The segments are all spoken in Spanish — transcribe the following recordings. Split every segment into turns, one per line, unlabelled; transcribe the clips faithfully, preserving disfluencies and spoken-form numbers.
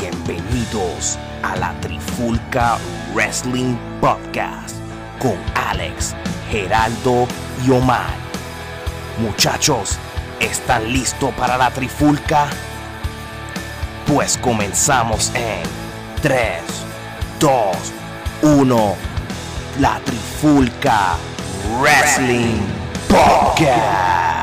Bienvenidos a la Trifulca Wrestling Podcast con Alex, Geraldo y Omar. Muchachos, ¿están listos para la Trifulca? Pues comenzamos en tres, dos, uno. La Trifulca Wrestling Podcast.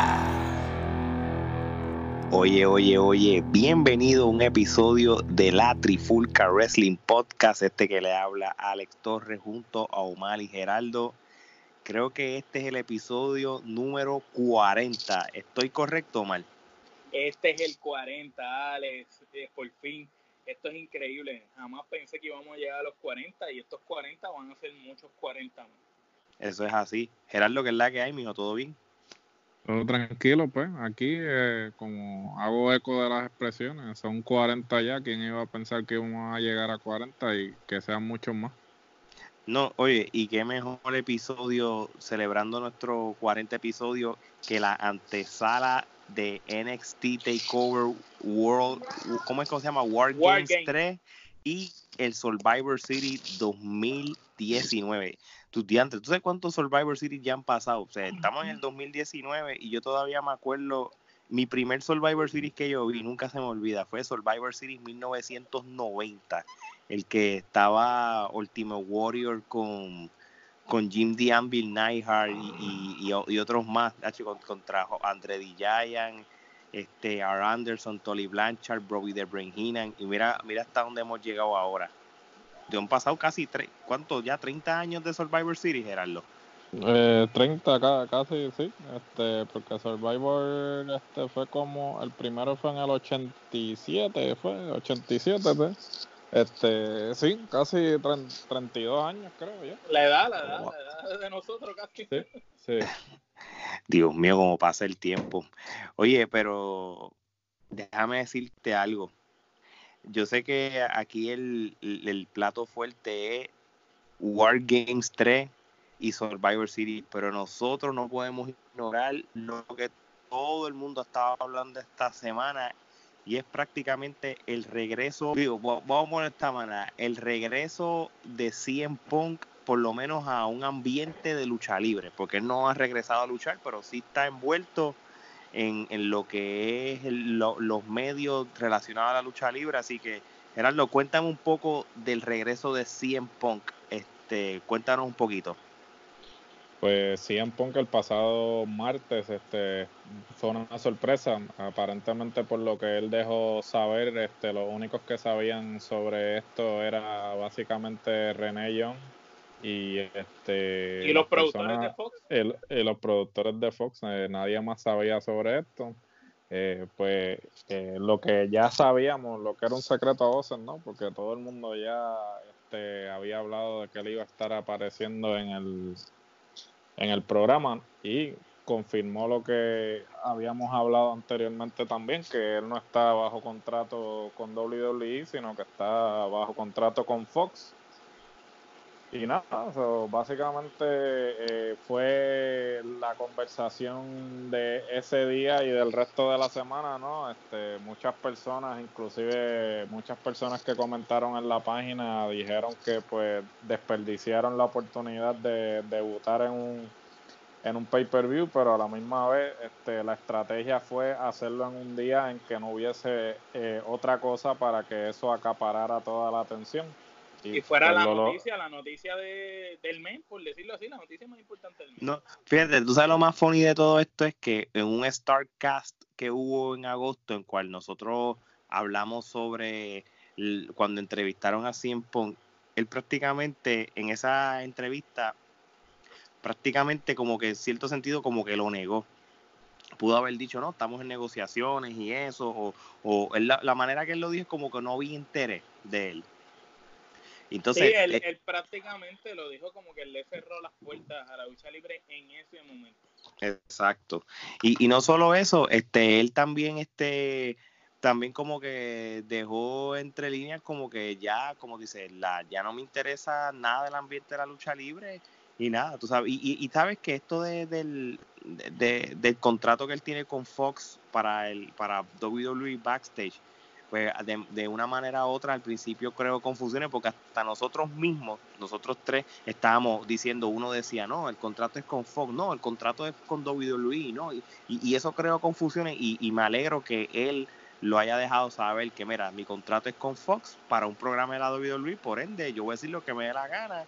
Oye, oye, oye, bienvenido a un episodio de la Trifulca Wrestling Podcast, este que le habla Alex Torres junto a Omar y Geraldo. Creo que este es el episodio número cuarenta. ¿Estoy correcto, Omar?
Este es el cuarenta, Alex, eh, por fin. Esto es increíble. Jamás pensé que íbamos a llegar a los cuarenta y estos cuarenta van a ser muchos cuarenta más.
Eso es así. Geraldo, ¿qué es la que hay, mijo? ¿Todo bien?
Todo tranquilo, pues. Aquí, eh, como hago eco de las expresiones, son cuarenta ya. ¿Quién iba a pensar que íbamos a llegar a cuarenta y que sean muchos más?
No, oye, y qué mejor episodio celebrando nuestro cuarenta episodio que la antesala de N X T TakeOver World, ¿cómo es que se llama? War,
War
Games
Games.
tres y el Survivor Series dos mil diecinueve. Tus diantres, ¿tú sabes cuántos Survivor Series ya han pasado? O sea, estamos en el dos mil diecinueve y yo todavía me acuerdo, mi primer Survivor Series que yo vi, nunca se me olvida, fue Survivor Series mil novecientos noventa, el que estaba Ultimate Warrior con, con Jim the Anvil Neidhart y, y, y, y otros más, contra Andre the Giant, este, R. Anderson, Tully Blanchard, Bobby the Brain Heenan, y mira, mira hasta dónde hemos llegado ahora. Ya han pasado casi, tre- ¿cuánto? Ya treinta años de Survivor Series, Gerardo.
Eh, treinta acá, casi, sí. Este, porque Survivor este fue como, el primero fue en el ochenta y siete, fue ochenta y siete, pues. Este, sí, casi treinta y dos años, creo yo.
La edad, la edad, la edad de nosotros casi.
Sí, sí.
Dios mío, cómo pasa el tiempo. Oye, pero déjame decirte algo. Yo sé que aquí el, el, el plato fuerte es War Games tres y Survivor Series, pero nosotros no podemos ignorar lo que todo el mundo estaba hablando esta semana y es prácticamente el regreso, digo, vamos a poner esta manera, el regreso de C M Punk por lo menos a un ambiente de lucha libre, porque él no ha regresado a luchar, pero sí está envuelto en, en lo que es el, lo, los medios relacionados a la lucha libre, así que Gerardo, cuéntame un poco del regreso de C M Punk, este, cuéntanos un poquito.
Pues C M Punk el pasado martes este, fue una sorpresa, aparentemente por lo que él dejó saber, este, los únicos que sabían sobre esto era básicamente Renee Young y este
Y los productores
personas,
de Fox.
el, y los productores de Fox, eh, nadie más sabía sobre esto. Eh, pues eh, lo que ya sabíamos, lo que era un secreto a voces, ¿no? Porque todo el mundo ya este, había hablado de que él iba a estar apareciendo en el en el programa y confirmó lo que habíamos hablado anteriormente también, que él no está bajo contrato con W W E, sino que está bajo contrato con Fox. Y nada, so, básicamente eh, fue la conversación de ese día y del resto de la semana, ¿no? Este, muchas personas, inclusive muchas personas que comentaron en la página, dijeron que pues desperdiciaron la oportunidad de debutar en un en un pay-per-view, pero a la misma vez este, la estrategia fue hacerlo en un día en que no hubiese eh, otra cosa para que eso acaparara toda la atención.
Y, y fuera
pues,
la
lo,
noticia, la noticia de, del mes, por decirlo así, la noticia más importante del mes.
No, fíjate, tú sabes lo más funny de todo esto es que en un Starrcast que hubo en agosto, en cual nosotros hablamos sobre el, cuando entrevistaron a C M Punk, él prácticamente en esa entrevista prácticamente como que en cierto sentido como que lo negó. Pudo haber dicho, no, estamos en negociaciones y eso, o, o él, la, la manera que él lo dijo es como que no había interés de él. Entonces,
sí, él,
eh,
él prácticamente lo dijo como que él le cerró las puertas a la lucha libre en ese momento.
Exacto. Y, y no solo eso, este, él también, este, también como que dejó entre líneas como que ya, como dice, la, ya no me interesa nada del ambiente de la lucha libre y nada, tú sabes, y, y, y sabes que esto de, del, de, del contrato que él tiene con Fox para el, para W W E Backstage, pues de, de una manera u otra al principio creo confusiones porque hasta nosotros mismos, nosotros tres estábamos diciendo, uno decía, no, el contrato es con Fox, no, el contrato es con W W E, ¿no? Y, y eso creó confusiones y, y me alegro que él lo haya dejado saber que, mira, mi contrato es con Fox para un programa de la W W E, por ende, yo voy a decir lo que me dé la gana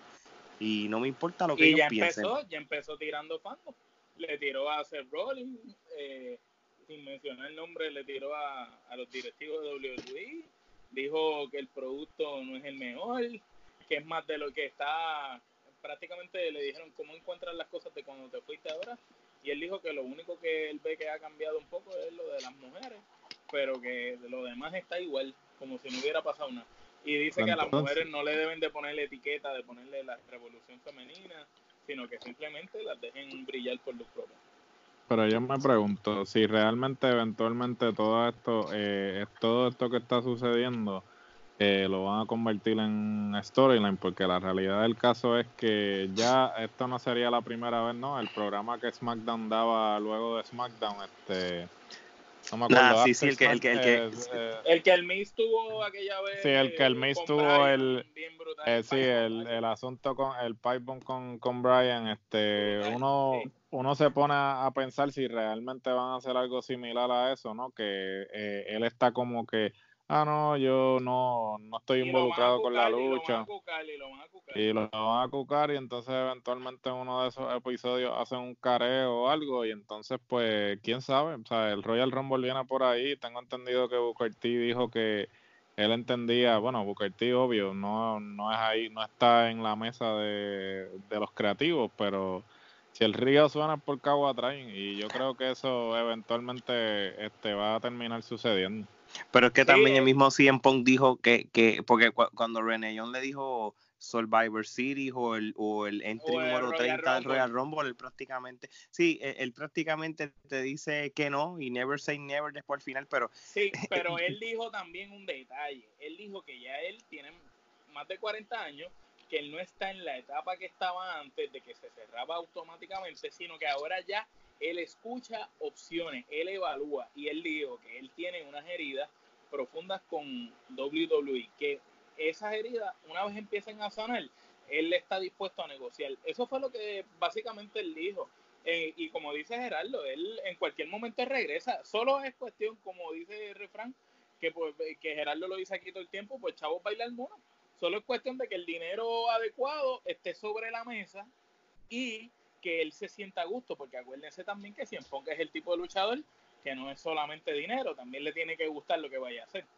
y no me importa lo que
y
ellos
ya
piensen.
empezó, ya empezó tirando fandom. Le tiró a Seth Rollins, eh, sin mencionar el nombre, le tiró a, a los directivos de W W E, dijo que el producto no es el mejor, que es más de lo que está, prácticamente le dijeron cómo encuentras las cosas de cuando te fuiste ahora, y él dijo que lo único que él ve que ha cambiado un poco es lo de las mujeres, pero que lo demás está igual, como si no hubiera pasado nada. Y dice
Pero
que a las
entonces,
mujeres no le deben de ponerle etiqueta, de ponerle la revolución femenina, sino que simplemente las dejen brillar por luz propia.
pero yo me pregunto si realmente eventualmente todo esto, eh, todo esto que está sucediendo, eh, lo van a convertir en storyline, porque la realidad del caso es que ya esto no sería la primera vez, ¿no? El programa que SmackDown daba luego de SmackDown, este, no me acuerdo,
Nah, sí, sí,
After
el que, el
Smack,
que, el que,
eh, eh,
El que el Miz tuvo aquella vez
sí, el que el
eh,
Miz
con
tuvo
Brian,
el,
bien brutal.
eh,
El
sí,
Pipe
el,
Bomb,
el asunto con el pipe bomb con, con Brian, este,
brutal,
uno,
sí.
uno se pone a, a pensar si realmente van a hacer algo similar a eso, ¿no? Que eh, él está como que, ah, no, yo no, no estoy
Y lo van a
involucrado con la
cucar, y lo van a
lucha,
cucar, y lo van a cucar.
y lo van a cucar, y entonces eventualmente en uno de esos episodios hacen un careo o algo, y entonces, pues, quién sabe, o sea, el Royal Rumble viene por ahí, tengo entendido que Booker T dijo que él entendía, bueno, Booker T obvio, no, no es ahí, no está en la mesa de, de los creativos, pero si el río suena por Cagua traen, y yo creo que eso eventualmente este va a terminar sucediendo.
pero es que
Sí,
también el
eh,
mismo C M Punk dijo que, que porque cu- cuando Renee Young le dijo Survivor Series o el, o el entry
o el
número
Royal
treinta del Royal
Rumble.
Rumble, él prácticamente, sí, él, él prácticamente te dice que no y never say never después al final, pero
Sí, pero él dijo también un detalle. Él dijo que ya él tiene más de cuarenta años, que él no está en la etapa que estaba antes de que se cerraba automáticamente, sino que ahora ya él escucha opciones, él evalúa, y él dijo que él tiene unas heridas profundas con W W E, que esas heridas, una vez empiecen a sanar, él está dispuesto a negociar. Eso fue lo que básicamente él dijo. Eh, y como dice Gerardo, él en cualquier momento regresa. Solo es cuestión, como dice el refrán, que, pues, que Gerardo lo dice aquí todo el tiempo, pues chavos baila el mono. Solo es cuestión de que el dinero adecuado esté sobre la mesa y que él se sienta a gusto, porque acuérdense también que C M Punk es el tipo de luchador que no es solamente dinero, también le tiene que gustar lo que vaya a hacer.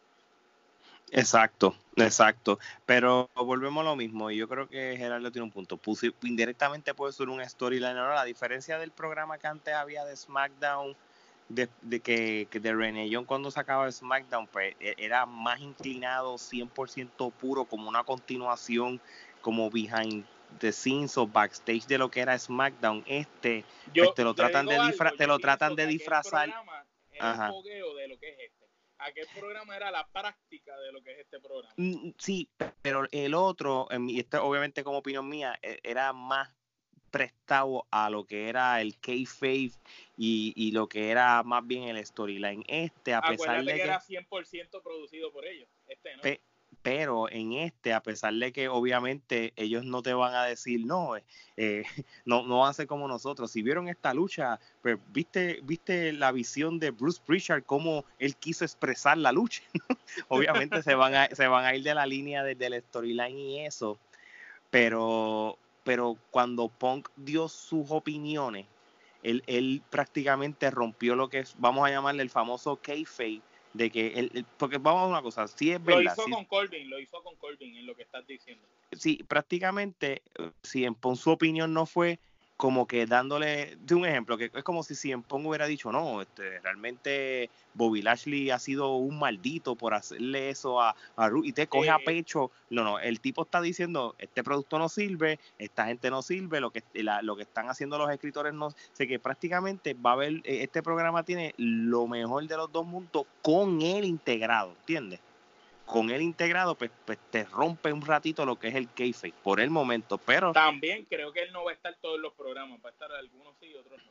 exacto, exacto. Pero volvemos a lo mismo. Y yo creo que Gerardo tiene un punto. Puse, indirectamente puede ser un storyline. Ahora, la diferencia del programa que antes había de SmackDown, de, de que, que de Renee Young cuando sacaba SmackDown, pues era más inclinado cien por ciento puro, como una continuación, como behind the scenes o backstage de lo que era SmackDown. Este, pues
Yo
te lo
te
tratan de
digo algo,
disfra te
yo
lo tratan
pienso
de
que aquel
disfrazar.
programa era el
Ajá.
fogueo de lo que es este. Aquel programa era la práctica de lo que es este programa.
Sí, pero el otro, y esto obviamente como opinión mía, era más prestado a lo que era el kayfabe y, y lo que era más bien el storyline. Este, a pesar
Acuérdate
de
que
que...
era cien por ciento producido por ellos. Este no.
Pe, pero en este, a pesar de que obviamente ellos no te van a decir, no, eh, no, no van a ser como nosotros. Si vieron esta lucha, pues viste, viste la visión de Bruce Prichard, cómo él quiso expresar la lucha. Obviamente se van, a, se van a ir de la línea de, del storyline y eso, pero, pero cuando Punk dio sus opiniones, él, él prácticamente rompió lo que es, vamos a llamarle el famoso kayfabe, de que él, él, porque vamos a una cosa, sí es
Lo
verdad,
hizo
sí,
con Corbin, lo hizo con Corbin en lo que estás diciendo.
sí, prácticamente, si en Pong su opinión no fue como que dándole, de un ejemplo, que es como si si en Pong hubiera dicho, no, este, realmente Bobby Lashley ha sido un maldito por hacerle eso a, a Ru y te coge a
Eh,
pecho. No, no, el tipo está diciendo, este producto no sirve, esta gente no sirve, lo que, la, lo que están haciendo los escritores no, sé que prácticamente va a haber, este programa tiene lo mejor de los dos mundos con él integrado, ¿entiendes? Con él integrado, pues, pues te rompe un ratito lo que es el kayfabe por el momento, pero
también creo que él no va a estar todos los programas, va a estar algunos sí y otros no.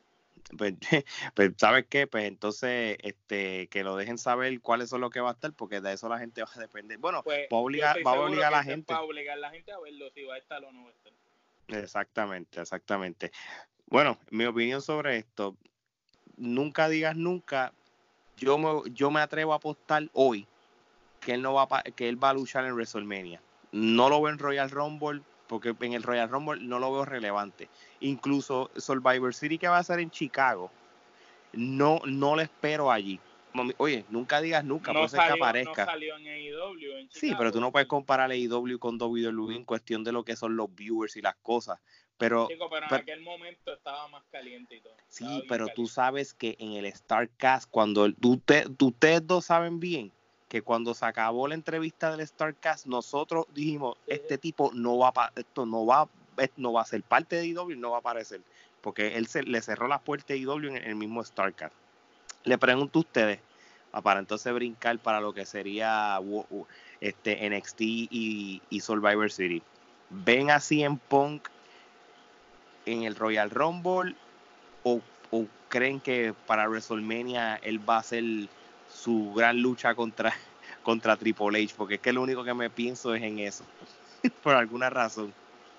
pues, pues, ¿sabes qué? Pues entonces, este, que lo dejen saber cuáles son los que va a estar, porque de eso la gente va a depender. Bueno,
Pues
va a
yo
obligar,
estoy
va a
seguro
obligar a
que
la
eso es
gente.
para obligar a la gente a verlo, si va a estar o no va a estar.
Exactamente, exactamente. Bueno, mi opinión sobre esto, nunca digas nunca. Yo me, yo me atrevo a apostar hoy que él no va a, pa- que él va a luchar en WrestleMania. No lo veo en Royal Rumble, porque en el Royal Rumble no lo veo relevante. Incluso Survivor City, que va a ser en Chicago, no, no lo espero allí. Mami, oye, nunca digas nunca,
No
puede ser que
salió, no
aparezca.
salió en A E W en
Sí, pero tú
Chicago.
no puedes comparar A E W con W W E en cuestión de lo que son los viewers y las cosas. Pero,
Chico, pero en
pero
aquel momento estaba más caliente y todo. Estaba
sí,
bien
pero tú
caliente.
sabes que en el Starcast, cuando el- tú te- tú- ustedes dos saben bien que cuando se acabó la entrevista del Starcast, nosotros dijimos,
Sí,
este
sí.
tipo no va a, pa- esto no va, eh, no va a ser parte de A E W, no va a aparecer, porque él se, le cerró las puertas a A E W en el mismo Starcast. Le pregunto a ustedes, ah, para entonces brincar para lo que sería wo- wo- este N X T y, y Survivor City. ¿Ven a C M Punk en el Royal Rumble o, o creen que para WrestleMania él va a hacer su gran lucha contra, contra Triple H? Porque es que lo único que me pienso es en eso, por alguna razón.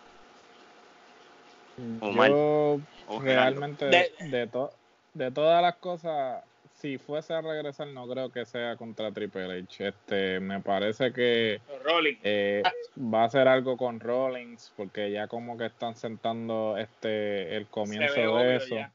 Omar
Yo
o Gerardo.
realmente
De,
de, to- de todas las cosas, si fuese a regresar, no creo que sea contra Triple H. Este, me parece que
Rolling.
eh, va a ser algo con Rollins, porque ya como que están sentando este el
Se
comienzo
ve
de
obvio
eso.
ya.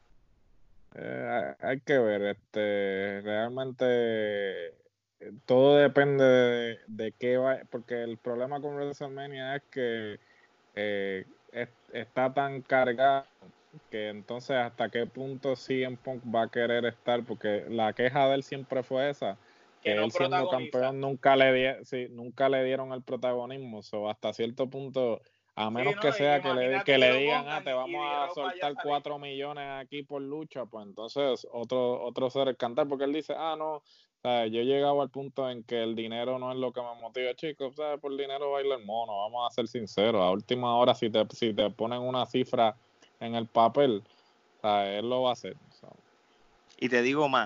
Eh, hay hay que ver, este, realmente eh, todo depende de, de qué va, porque el problema con WrestleMania es que eh, es- está tan cargado que entonces hasta qué punto C M Punk va a querer estar, porque la queja de él siempre fue esa,
Que
que
no
él siendo
protagoniza.
campeón nunca le, di- sí, nunca le dieron el protagonismo, so, hasta cierto punto, a
Sí,
menos
no,
que sea que le,
imagínate
que
que
le
lo
digan, ah,
pongan
te
y
vamos a
D-Rock vaya a
soltar
salir.
cuatro millones aquí por lucha, pues entonces otro, otro ser el cantar, porque él dice, ah, no, o sea, yo he llegado al punto en que el dinero no es lo que me motiva, chicos, ¿sabes? Por dinero baila el mono, vamos a ser sinceros. A última hora, si te, si te ponen una cifra en el papel, ¿sabes? Él lo va a hacer. So.
Y te digo más,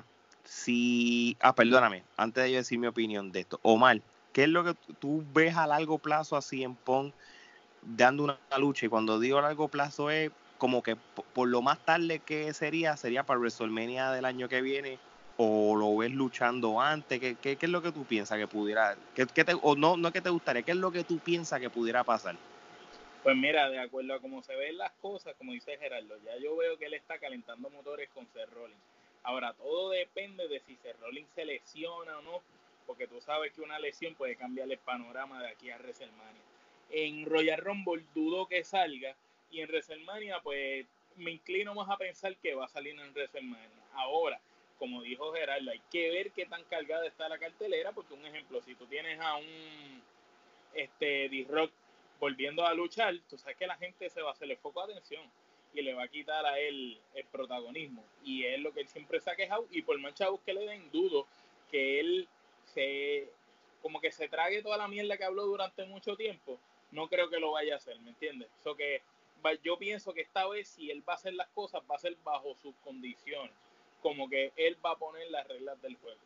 si, ah, perdóname, antes de yo decir mi opinión de esto, Omar, ¿qué es lo que tú ves a largo plazo a C M Punk dando una lucha? Y cuando digo a largo plazo es como que por, por lo más tarde que sería, sería para WrestleMania del año que viene, o lo ves luchando antes. ¿Qué, qué, qué es lo que tú piensas que pudiera, qué, qué te, o no, no es que te gustaría, qué es lo que tú piensas que pudiera pasar?
Pues mira, de acuerdo a cómo se ven las cosas, como dice Gerardo, ya yo veo que él está calentando motores con Seth Rollins. Ahora, todo depende de si Seth Rollins se lesiona o no, porque tú sabes que una lesión puede cambiar el panorama de aquí a WrestleMania. En Royal Rumble dudo que salga, y en WrestleMania pues me inclino más a pensar que va a salir en WrestleMania. Ahora, como dijo Gerardo, hay que ver qué tan cargada está la cartelera, porque un ejemplo, si tú tienes a un este D-Rock volviendo a luchar, tú sabes que la gente se va a hacer el foco de atención y le va a quitar a él el protagonismo, y es lo que él siempre se ha quejado, y por más chavos que le den, dudo que él se como que se trague toda la mierda que habló durante mucho tiempo. No creo que lo vaya a hacer, ¿me entiendes? So que yo pienso que esta vez, si él va a hacer las cosas, va a ser bajo sus condiciones, como que él va a poner las reglas del juego,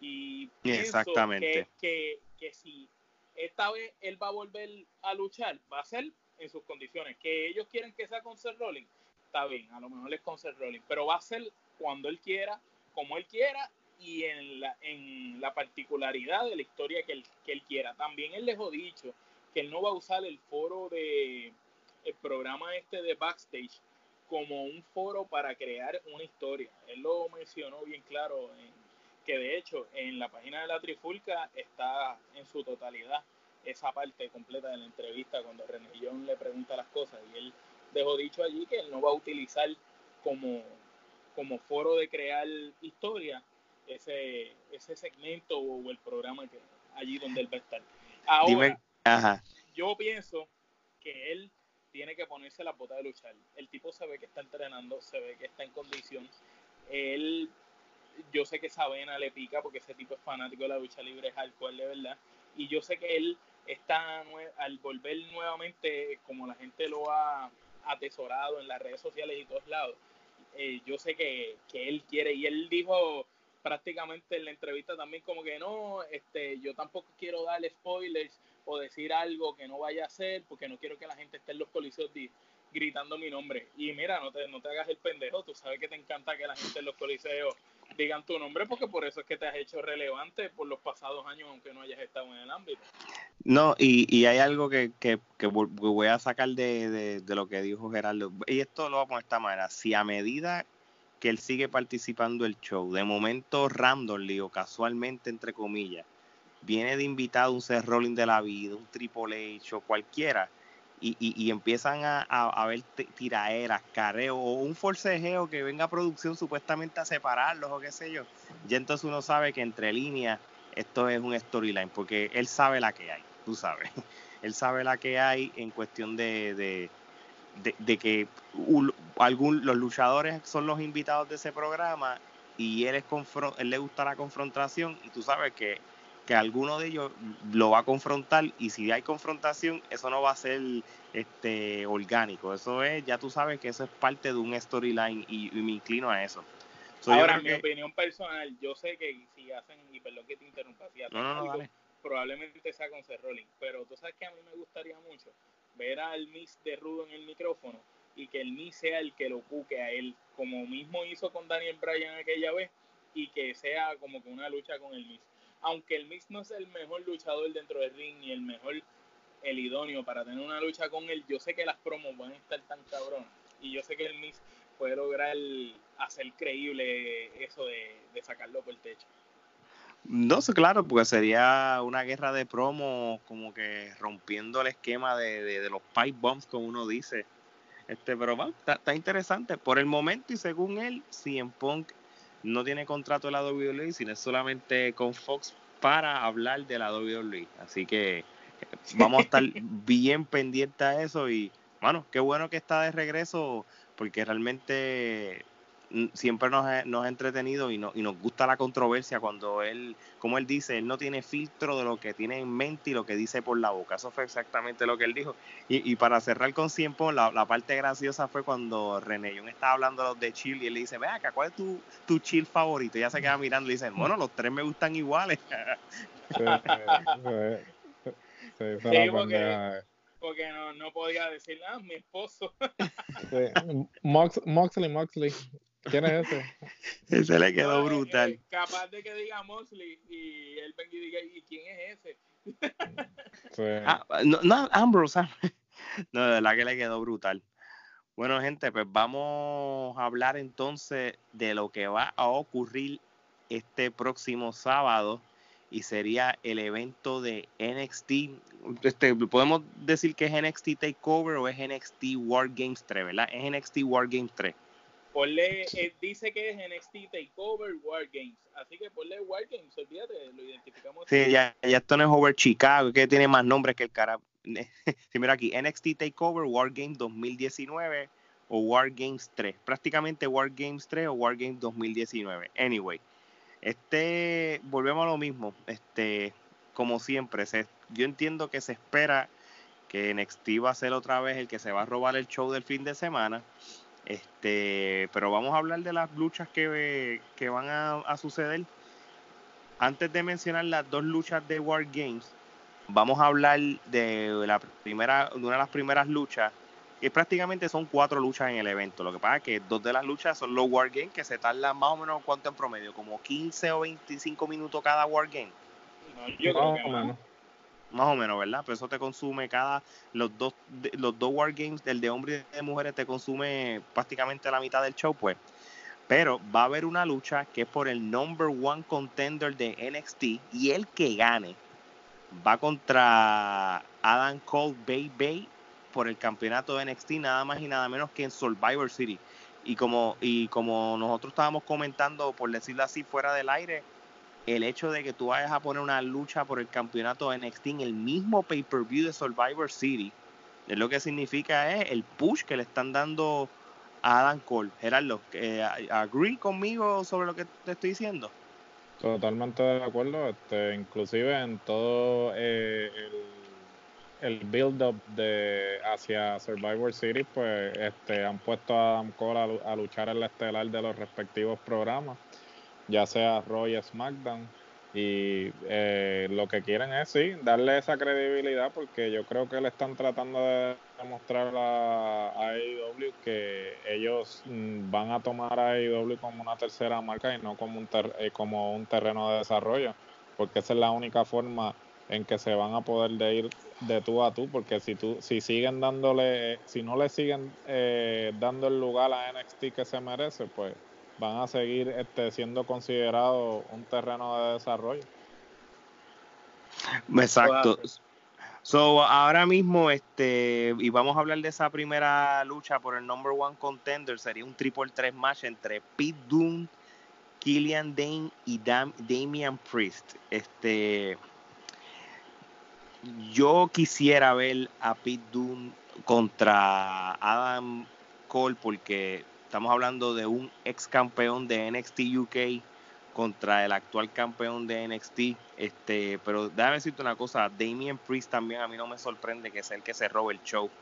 y pienso que,
Exactamente.
que, que si esta vez él va a volver a luchar, va a ser en sus condiciones. Que ellos quieren que sea con Seth Rollins, está bien, a lo mejor es con Seth Rollins, pero va a ser cuando él quiera, como él quiera, y en la, en la particularidad de la historia que él, que él quiera. También él dejó dicho que él no va a usar el foro de el programa este de Backstage como un foro para crear una historia. Él lo mencionó bien claro, en, que de hecho en la página de la Trifulca está en su totalidad esa parte completa de la entrevista cuando René Young le pregunta las cosas, y él dejó dicho allí que él no va a utilizar como, como foro de crear historia ese, ese segmento o el programa que allí donde él va a estar. Ahora,
Dime, ajá.
yo pienso que él tiene que ponerse la bota de luchar. El tipo se ve que está entrenando, se ve que está en condición. Él, yo sé que esa vena le pica porque ese tipo es fanático de la lucha libre, es hardcore de verdad. Y yo sé que él está, al volver nuevamente, como la gente lo ha atesorado en las redes sociales y todos lados, eh, yo sé que, que él quiere, y él dijo prácticamente en la entrevista también como que no, este, yo tampoco quiero darle spoilers o decir algo que no vaya a hacer, porque no quiero que la gente esté en los coliseos di- gritando mi nombre. Y mira, no te, no te hagas el pendejo, tú sabes que te encanta que la gente en los coliseos digan tu nombre, porque por eso es que te has hecho relevante por los pasados años, aunque no hayas estado en el ámbito.
No, y, y hay algo que, que, que voy a sacar de, de, de lo que dijo Gerardo, y esto lo vamos a esta manera: si a medida que él sigue participando el show, de momento randomly o casualmente, entre comillas, viene de invitado un Seth Rollins de la vida, un Triple H o cualquiera, y, y, y empiezan a, a, a ver tiraeras, careos o un forcejeo que venga a producción supuestamente a separarlos o qué sé yo, ya entonces uno sabe que entre líneas esto es un storyline, porque él sabe la que hay, tú sabes, él sabe la que hay en cuestión de, de, de, de que un, algún, los luchadores son los invitados de ese programa y él, es confron- él le gusta la confrontación, y tú sabes que que alguno de ellos lo va a confrontar, y si hay confrontación, eso no va a ser este orgánico, eso es, ya tú sabes que eso es parte de un storyline, y, y me inclino a eso.
So, ahora, en mi que... opinión personal, yo sé que si hacen, y perdón que te interrumpa, si hacen no, no, algo, dale. Probablemente sea con Seth Rollins, pero tú sabes que a mí me gustaría mucho ver al Miz de rudo en el micrófono, y que el Miz sea el que lo cuque a él, como mismo hizo con Daniel Bryan aquella vez, y que sea como que una lucha con el Miz. Aunque el Miz no es el mejor luchador dentro del ring, ni el mejor, el idóneo para tener una lucha con él, yo sé que las promos van a estar tan cabronas, y yo sé que el Miz puede lograr hacer creíble eso de, de sacarlo por el techo.
No sé, claro, porque sería una guerra de promo, como que rompiendo el esquema de, de, de los pipe bombs, como uno dice. Este, pero va, está, está interesante. Por el momento, y según él, C M Punk no tiene contrato de la W W E, sino es solamente con Fox para hablar de la W W E. Así que vamos a estar bien pendientes a eso. Y, bueno, qué bueno que está de regreso, porque realmente siempre nos ha, nos ha entretenido, y, no, y nos gusta la controversia cuando él, como él dice, él no tiene filtro de lo que tiene en mente y lo que dice por la boca. Eso fue exactamente lo que él dijo. Y, y para cerrar con cien Pong, la, la parte graciosa fue cuando René Young estaba hablando de los de chill, y él le dice, ve acá, ¿cuál es tu, tu chill favorito? Y ella se queda mirando y dice, bueno, los tres me gustan iguales.
Sí, se, se, se, se
sí,
la
porque, porque no, no podía decir, ah, mi esposo.
Sí. Mox, Moxley, Moxley. ¿Quién es ese?
Ese le quedó
no,
brutal.
Eh, eh, capaz de que diga Moxley y él venga y diga, ¿y quién es ese?
Sí.
Ah, no, no, Ambrose. No, de verdad que le quedó brutal. Bueno, gente, pues vamos a hablar entonces de lo que va a ocurrir este próximo sábado, y sería el evento de N X T. Este, podemos decir que es N X T Takeover o es N X T War Games tres, ¿verdad? Es N X T War Games tres.
Ponle, eh, dice que es N X T Takeover War Games, así que ponle War Games, olvídate, lo identificamos.
Sí, ya, ya esto no es Over Chicago, que tiene más nombres que el cara. Sí, mira aquí, N X T Takeover War Games dos mil diecinueve o War Games tres, prácticamente War Games tres o War Games dos mil diecinueve. Anyway, este, volvemos a lo mismo, este, como siempre, se, yo entiendo que se espera que N X T va a ser otra vez el que se va a robar el show del fin de semana, este, pero vamos a hablar de las luchas que, que van a, a suceder. Antes de mencionar las dos luchas de War Games, vamos a hablar de la primera, de una de las primeras luchas, que prácticamente son cuatro luchas en el evento. Lo que pasa es que dos de las luchas son los War Games, que se tardan más o menos, ¿cuánto en promedio? Como quince o veinticinco minutos cada War Game.
No, yo creo que más.
Más o menos, ¿verdad? Pero eso te consume cada, los dos, los dos War Games, el de hombres y de mujeres, te consume prácticamente la mitad del show, pues. Pero va a haber una lucha que es por el number one contender de N X T, y el que gane va contra Adam Cole Bay Bay por el campeonato de N X T, nada más y nada menos que en Survivor City. Y como, y como nosotros estábamos comentando, por decirlo así, fuera del aire, el hecho de que tú vayas a poner una lucha por el campeonato de N X T en el mismo pay-per-view de Survivor City, es lo que significa es el push que le están dando a Adam Cole. Gerardo, eh, ¿agree conmigo sobre lo que te estoy diciendo?
Totalmente de acuerdo, este, inclusive en todo eh, el, el build-up de hacia Survivor Series, pues este han puesto a Adam Cole a, a luchar en la estelar de los respectivos programas, ya sea Raw y SmackDown, y eh, lo que quieren es sí darle esa credibilidad, porque yo creo que le están tratando de demostrar a, a A E W que ellos mm, van a tomar a A E W como una tercera marca y no como un ter- eh, como un terreno de desarrollo, porque esa es la única forma en que se van a poder de ir de tú a tú, porque si tú si siguen dándole si no le siguen eh, dando el lugar a N X T que se merece, pues van a seguir este, siendo considerados un terreno de desarrollo.
Exacto. So, ahora mismo, este, y vamos a hablar de esa primera lucha por el number one contender, sería un triple threat match entre Pete Dunne, Killian Dane y Dam- Damian Priest. Este, yo quisiera ver a Pete Dunne contra Adam Cole, porque estamos hablando de un ex campeón de N X T U K contra el actual campeón de N X T. Este, pero déjame decirte una cosa, Damian Priest también a mí no me sorprende que sea el que se robe el show.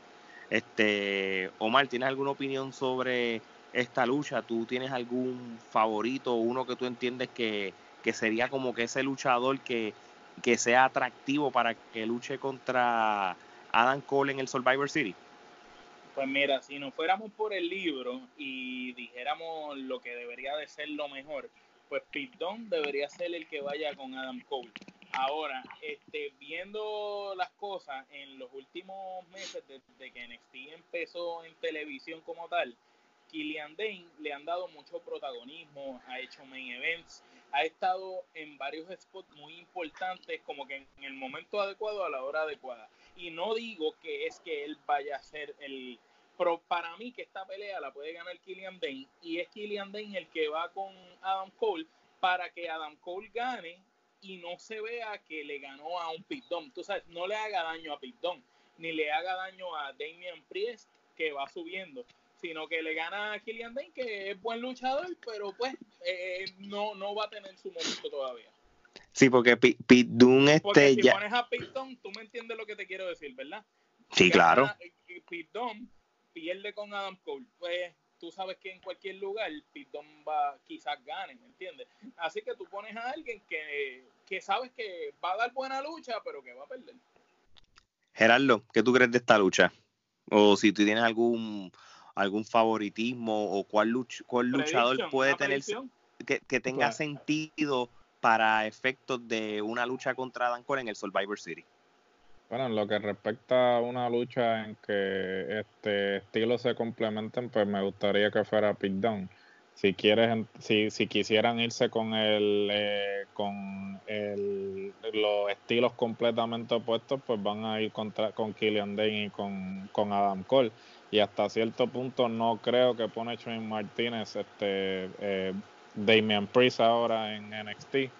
Este, Omar, ¿tienes alguna opinión sobre esta lucha? ¿Tú tienes algún favorito, uno que tú entiendes que, que sería como que ese luchador que, que sea atractivo para que luche contra Adam Cole en el Survivor Series?
Pues mira, si nos fuéramos por el libro y dijéramos lo que debería de ser lo mejor, pues Pete Dunne debería ser el que vaya con Adam Cole. Ahora, este, viendo las cosas en los últimos meses desde que N X T empezó en televisión como tal, Killian Dane le han dado mucho protagonismo, ha hecho main events, ha estado en varios spots muy importantes, como que en el momento adecuado a la hora adecuada. Y no digo que es que él vaya a ser el... Pero para mí que esta pelea la puede ganar Killian Dane, y es Killian Dane el que va con Adam Cole para que Adam Cole gane y no se vea que le ganó a un Pete Dunne. Tú sabes, no le haga daño a Pete Dunne, ni le haga daño a Damian Priest, que va subiendo, sino que le gana a Killian Dane, que es buen luchador, pero pues eh, no, no va a tener su momento todavía.
Sí, porque Pete, Pete Dunne este
Porque si
ya...
pones a Pete Dunne, tú me entiendes lo que te quiero decir, ¿verdad?
Sí,
Gana,
claro.
Pete Dunne pierde con Adam Cole, pues tú sabes que en cualquier lugar Pete Dunne va, quizás gane, ¿me entiendes? Así que tú pones a alguien que, que sabes que va a dar buena lucha, pero que va a perder.
Gerardo, ¿qué tú crees de esta lucha? O si tú tienes algún algún favoritismo o cuál, luch, cuál luchador puede tener que, que tenga pues, sentido para efectos de una lucha contra Adam Cole en el Survivor Series.
Bueno, en lo que respecta a una lucha en que este estilos se complementen, pues me gustaría que fuera Pete Dunne. Si quieres, si, si quisieran irse con el eh, con el, los estilos completamente opuestos, pues van a ir contra, con Killian Dane y con, con Adam Cole. Y hasta cierto punto no creo que pone Shane Martínez, este eh, Damian Priest ahora en N X T,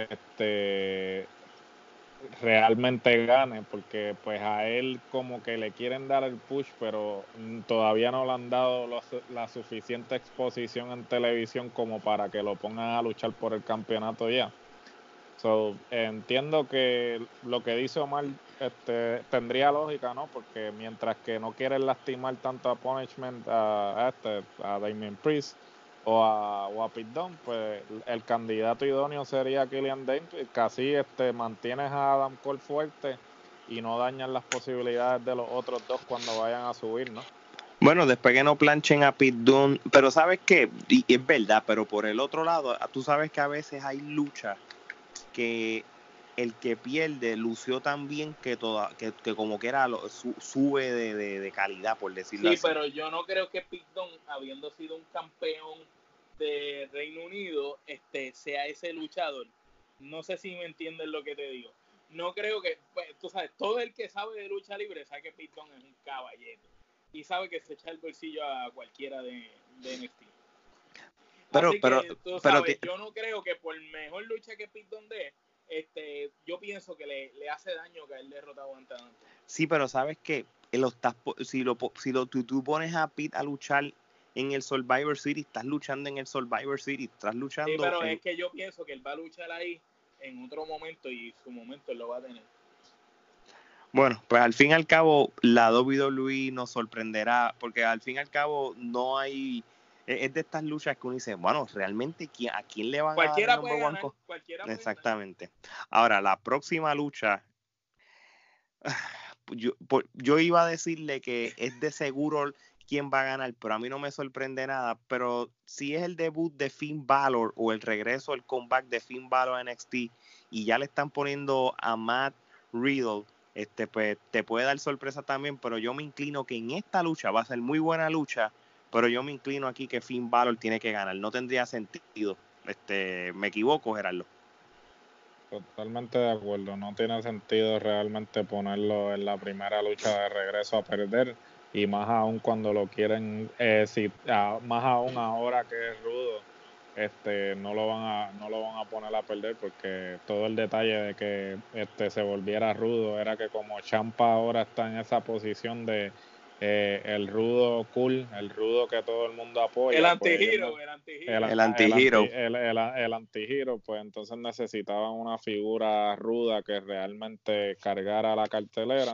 este realmente gane, porque pues a él como que le quieren dar el push, pero todavía no le han dado los, la suficiente exposición en televisión como para que lo pongan a luchar por el campeonato ya. So, entiendo que lo que dice Omar este, tendría lógica, ¿no? Porque mientras que no quieren lastimar tanto a Punishment a, a este, a Damian Priest o a, o a Pete Dunne, pues el candidato idóneo sería Killian Dane, que así este, mantienes a Adam Cole fuerte y no dañan las posibilidades de los otros dos cuando vayan a subir, ¿no?
Bueno, después que no planchen a Pete Dunne, pero ¿sabes qué? Y es verdad, pero por el otro lado, tú sabes que a veces hay luchas que el que pierde lució tan bien que toda que, que como que era lo, su, sube de, de, de calidad, por decirlo
sí,
así.
Sí, pero yo no creo que Pete Dunne, habiendo sido un campeón de Reino Unido, este sea ese luchador. No sé si me entiendes lo que te digo. No creo que, pues, tú sabes, todo el que sabe de lucha libre sabe que Pete Dunne es un caballero y sabe que se echa el bolsillo a cualquiera de, de N X T.
Pero,
Así
pero,
que, tú
pero
sabes,
te...
yo no creo que por mejor lucha que Pete Dunne dé, este, yo pienso que le, le hace daño que él derrotado ante Adam.
Sí, pero sabes que lo estás, si lo si lo tú, tú pones a Pete a luchar en el Survivor Series, estás luchando en el Survivor Series, estás luchando.
Sí, pero
en...
es que yo pienso que él va a luchar ahí en otro momento y su momento él lo va a tener.
Bueno, pues al fin y al cabo la W W E nos sorprenderá, porque al fin y al cabo no hay, es es de estas luchas que uno dice, bueno, realmente ¿quién- ¿a quién le van a dar el
Cualquiera
number
puede
one?
ganar,
co-?
cualquiera puede ganar.
Exactamente. Ahora, la próxima lucha, yo, por- yo iba a decirle que es de seguro quién va a ganar, pero a mí no me sorprende nada. Pero si es el debut de Finn Balor o el regreso, el comeback de Finn Balor a N X T y ya le están poniendo a Matt Riddle, este, pues te puede dar sorpresa también. Pero yo me inclino que en esta lucha va a ser muy buena lucha, pero yo me inclino aquí que Finn Balor tiene que ganar. No tendría sentido. Este, me equivoco, Gerardo.
Totalmente de acuerdo, no tiene sentido realmente ponerlo en la primera lucha de regreso a perder, y más aún cuando lo quieren, eh, si, ah, más aún ahora que es rudo, este, no lo van a, no lo van a poner a perder, porque todo el detalle de que este se volviera rudo era que como Ciampa ahora está en esa posición de eh, el rudo cool, el rudo que todo el mundo
El
apoya, pues ellos no,
antihero, el antihero.
el,
El
el, anti,
anti-hero.
el, el, el antihero, pues entonces necesitaban una figura ruda que realmente cargara la cartelera,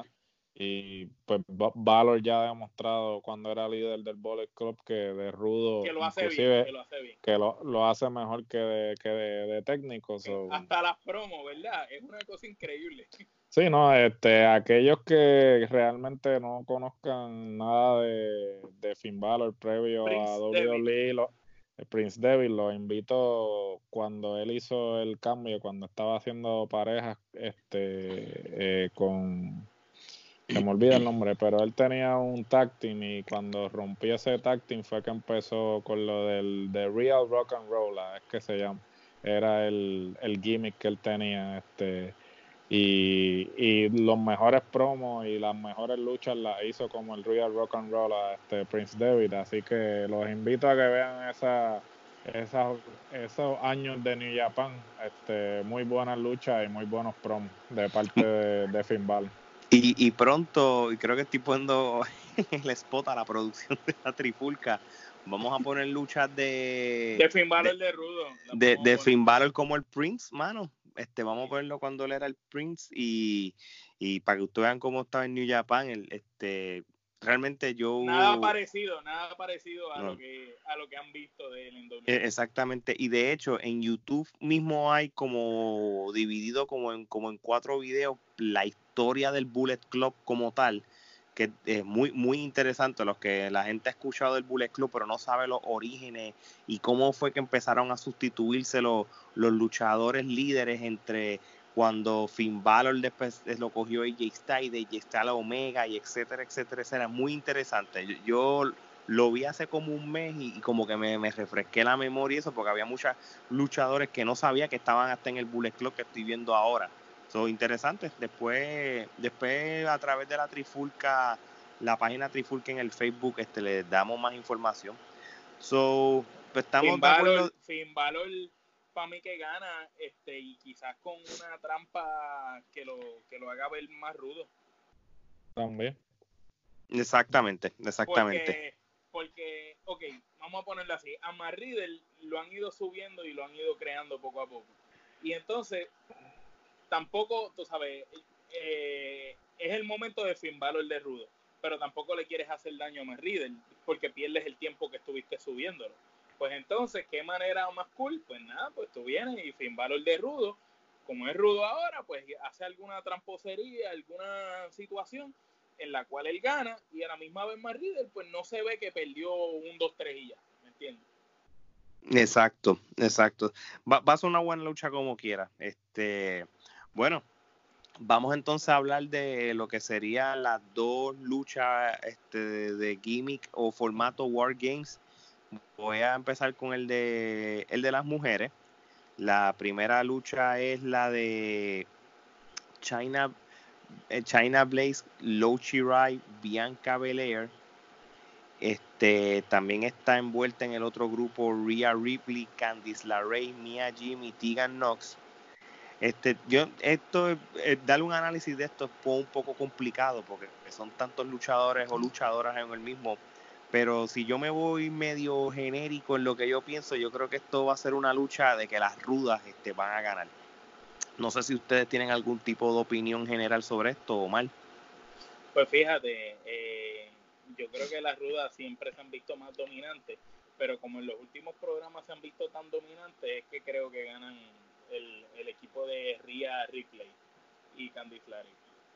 y pues Balor ya ha demostrado cuando era líder del Bullet Club que de rudo,
Que lo hace
inclusive
bien, que lo hace bien.
que lo, lo hace mejor que de, que de, de técnico. So.
Hasta las promos, ¿verdad? Es una cosa increíble.
Sí, no, este, aquellos que realmente no conozcan nada de, de Finn Balor previo
Prince
a W W E,
Devil.
lo, Prince Devil, lo invito cuando él hizo el cambio, cuando estaba haciendo parejas este, eh, con, se me olvida el nombre, pero él tenía un tag team, y cuando rompió ese tag team fue que empezó con lo del de Real Rock and Roll, es que se llama, era el, el gimmick que él tenía, este, y, y los mejores promos y las mejores luchas las hizo como el Real Rock and Roll a este Prince David, así que los invito a que vean esa, esa, esos años de New Japan, este, muy buenas luchas y muy buenos promos de parte de, de Finn Balor.
Y, y pronto, y creo que estoy poniendo el spot a la producción de la Trifulca, vamos a poner luchas de
de Finn Balor de, de Rudo.
De, de Finn Balor como el Prince, mano. Este, vamos a ponerlo cuando él era el Prince, y, y para que ustedes vean cómo estaba en New Japan, el, este, realmente yo...
Nada parecido, nada parecido a,
no.
lo que, a lo que han visto de él en W W E.
Exactamente, y de hecho en YouTube mismo hay como dividido como en, como en cuatro videos la historia del Bullet Club como tal, que es muy, muy interesante. Los que la gente ha escuchado del Bullet Club pero no sabe los orígenes y cómo fue que empezaron a sustituirse los, los luchadores líderes entre cuando Finn Balor después lo cogió A J Styles, A J Styles Omega y etcétera, etcétera, etcétera. Muy interesante. Yo, yo lo vi hace como un mes y, y como que me, me refresqué la memoria y eso, porque había muchos luchadores que no sabía que estaban hasta en el Bullet Club que estoy viendo ahora. Son interesantes. Después, después a través de la Trifulca, la página Trifulca en el Facebook, este, les damos más información. So, pues estamos
Finn
de acuerdo.
Balor, Finn Balor para mí que gana, este, y quizás con una trampa que lo, que lo haga ver más rudo.
También.
Exactamente, exactamente.
Porque, porque, ok, vamos a ponerlo así, a Matt Riddle lo han ido subiendo y lo han ido creando poco a poco. Y entonces, tampoco, tú sabes, eh, es el momento de Finn Balor de rudo, pero tampoco le quieres hacer daño a Matt Riddle, porque pierdes el tiempo que estuviste subiéndolo. Pues entonces, ¿qué manera más cool? Pues nada, pues tú vienes y Finn Balor de rudo, como es rudo ahora, pues hace alguna tramposería, alguna situación en la cual él gana, y a la misma vez Matt Riddle, pues no se ve que perdió un dos tres y ya, ¿me entiendes?
Exacto, exacto. Va, va a ser una buena lucha como quiera. Este, bueno, vamos entonces a hablar de lo que serían las dos luchas este, de, de gimmick o formato War Games. Voy a empezar con el de el de las mujeres. La primera lucha es la de China, China Blaze, Io Shirai, Bianca Belair. Este, también está envuelta en el otro grupo Rhea Ripley, Candice LeRae, Mia Jimmy, Tegan Nox. Este, yo, esto, eh, darle un análisis de esto es un poco complicado porque son tantos luchadores o luchadoras en el mismo, pero si yo me voy medio genérico en lo que yo pienso, yo creo que esto va a ser una lucha de que las rudas este, van a ganar. No sé si ustedes tienen algún tipo de opinión general sobre esto, Omar.
Pues fíjate, eh, yo creo que las rudas siempre se han visto más dominantes, pero como en los últimos programas se han visto tan dominantes, es que creo que ganan el, el equipo de Rhea Ripley y Candice LeRae.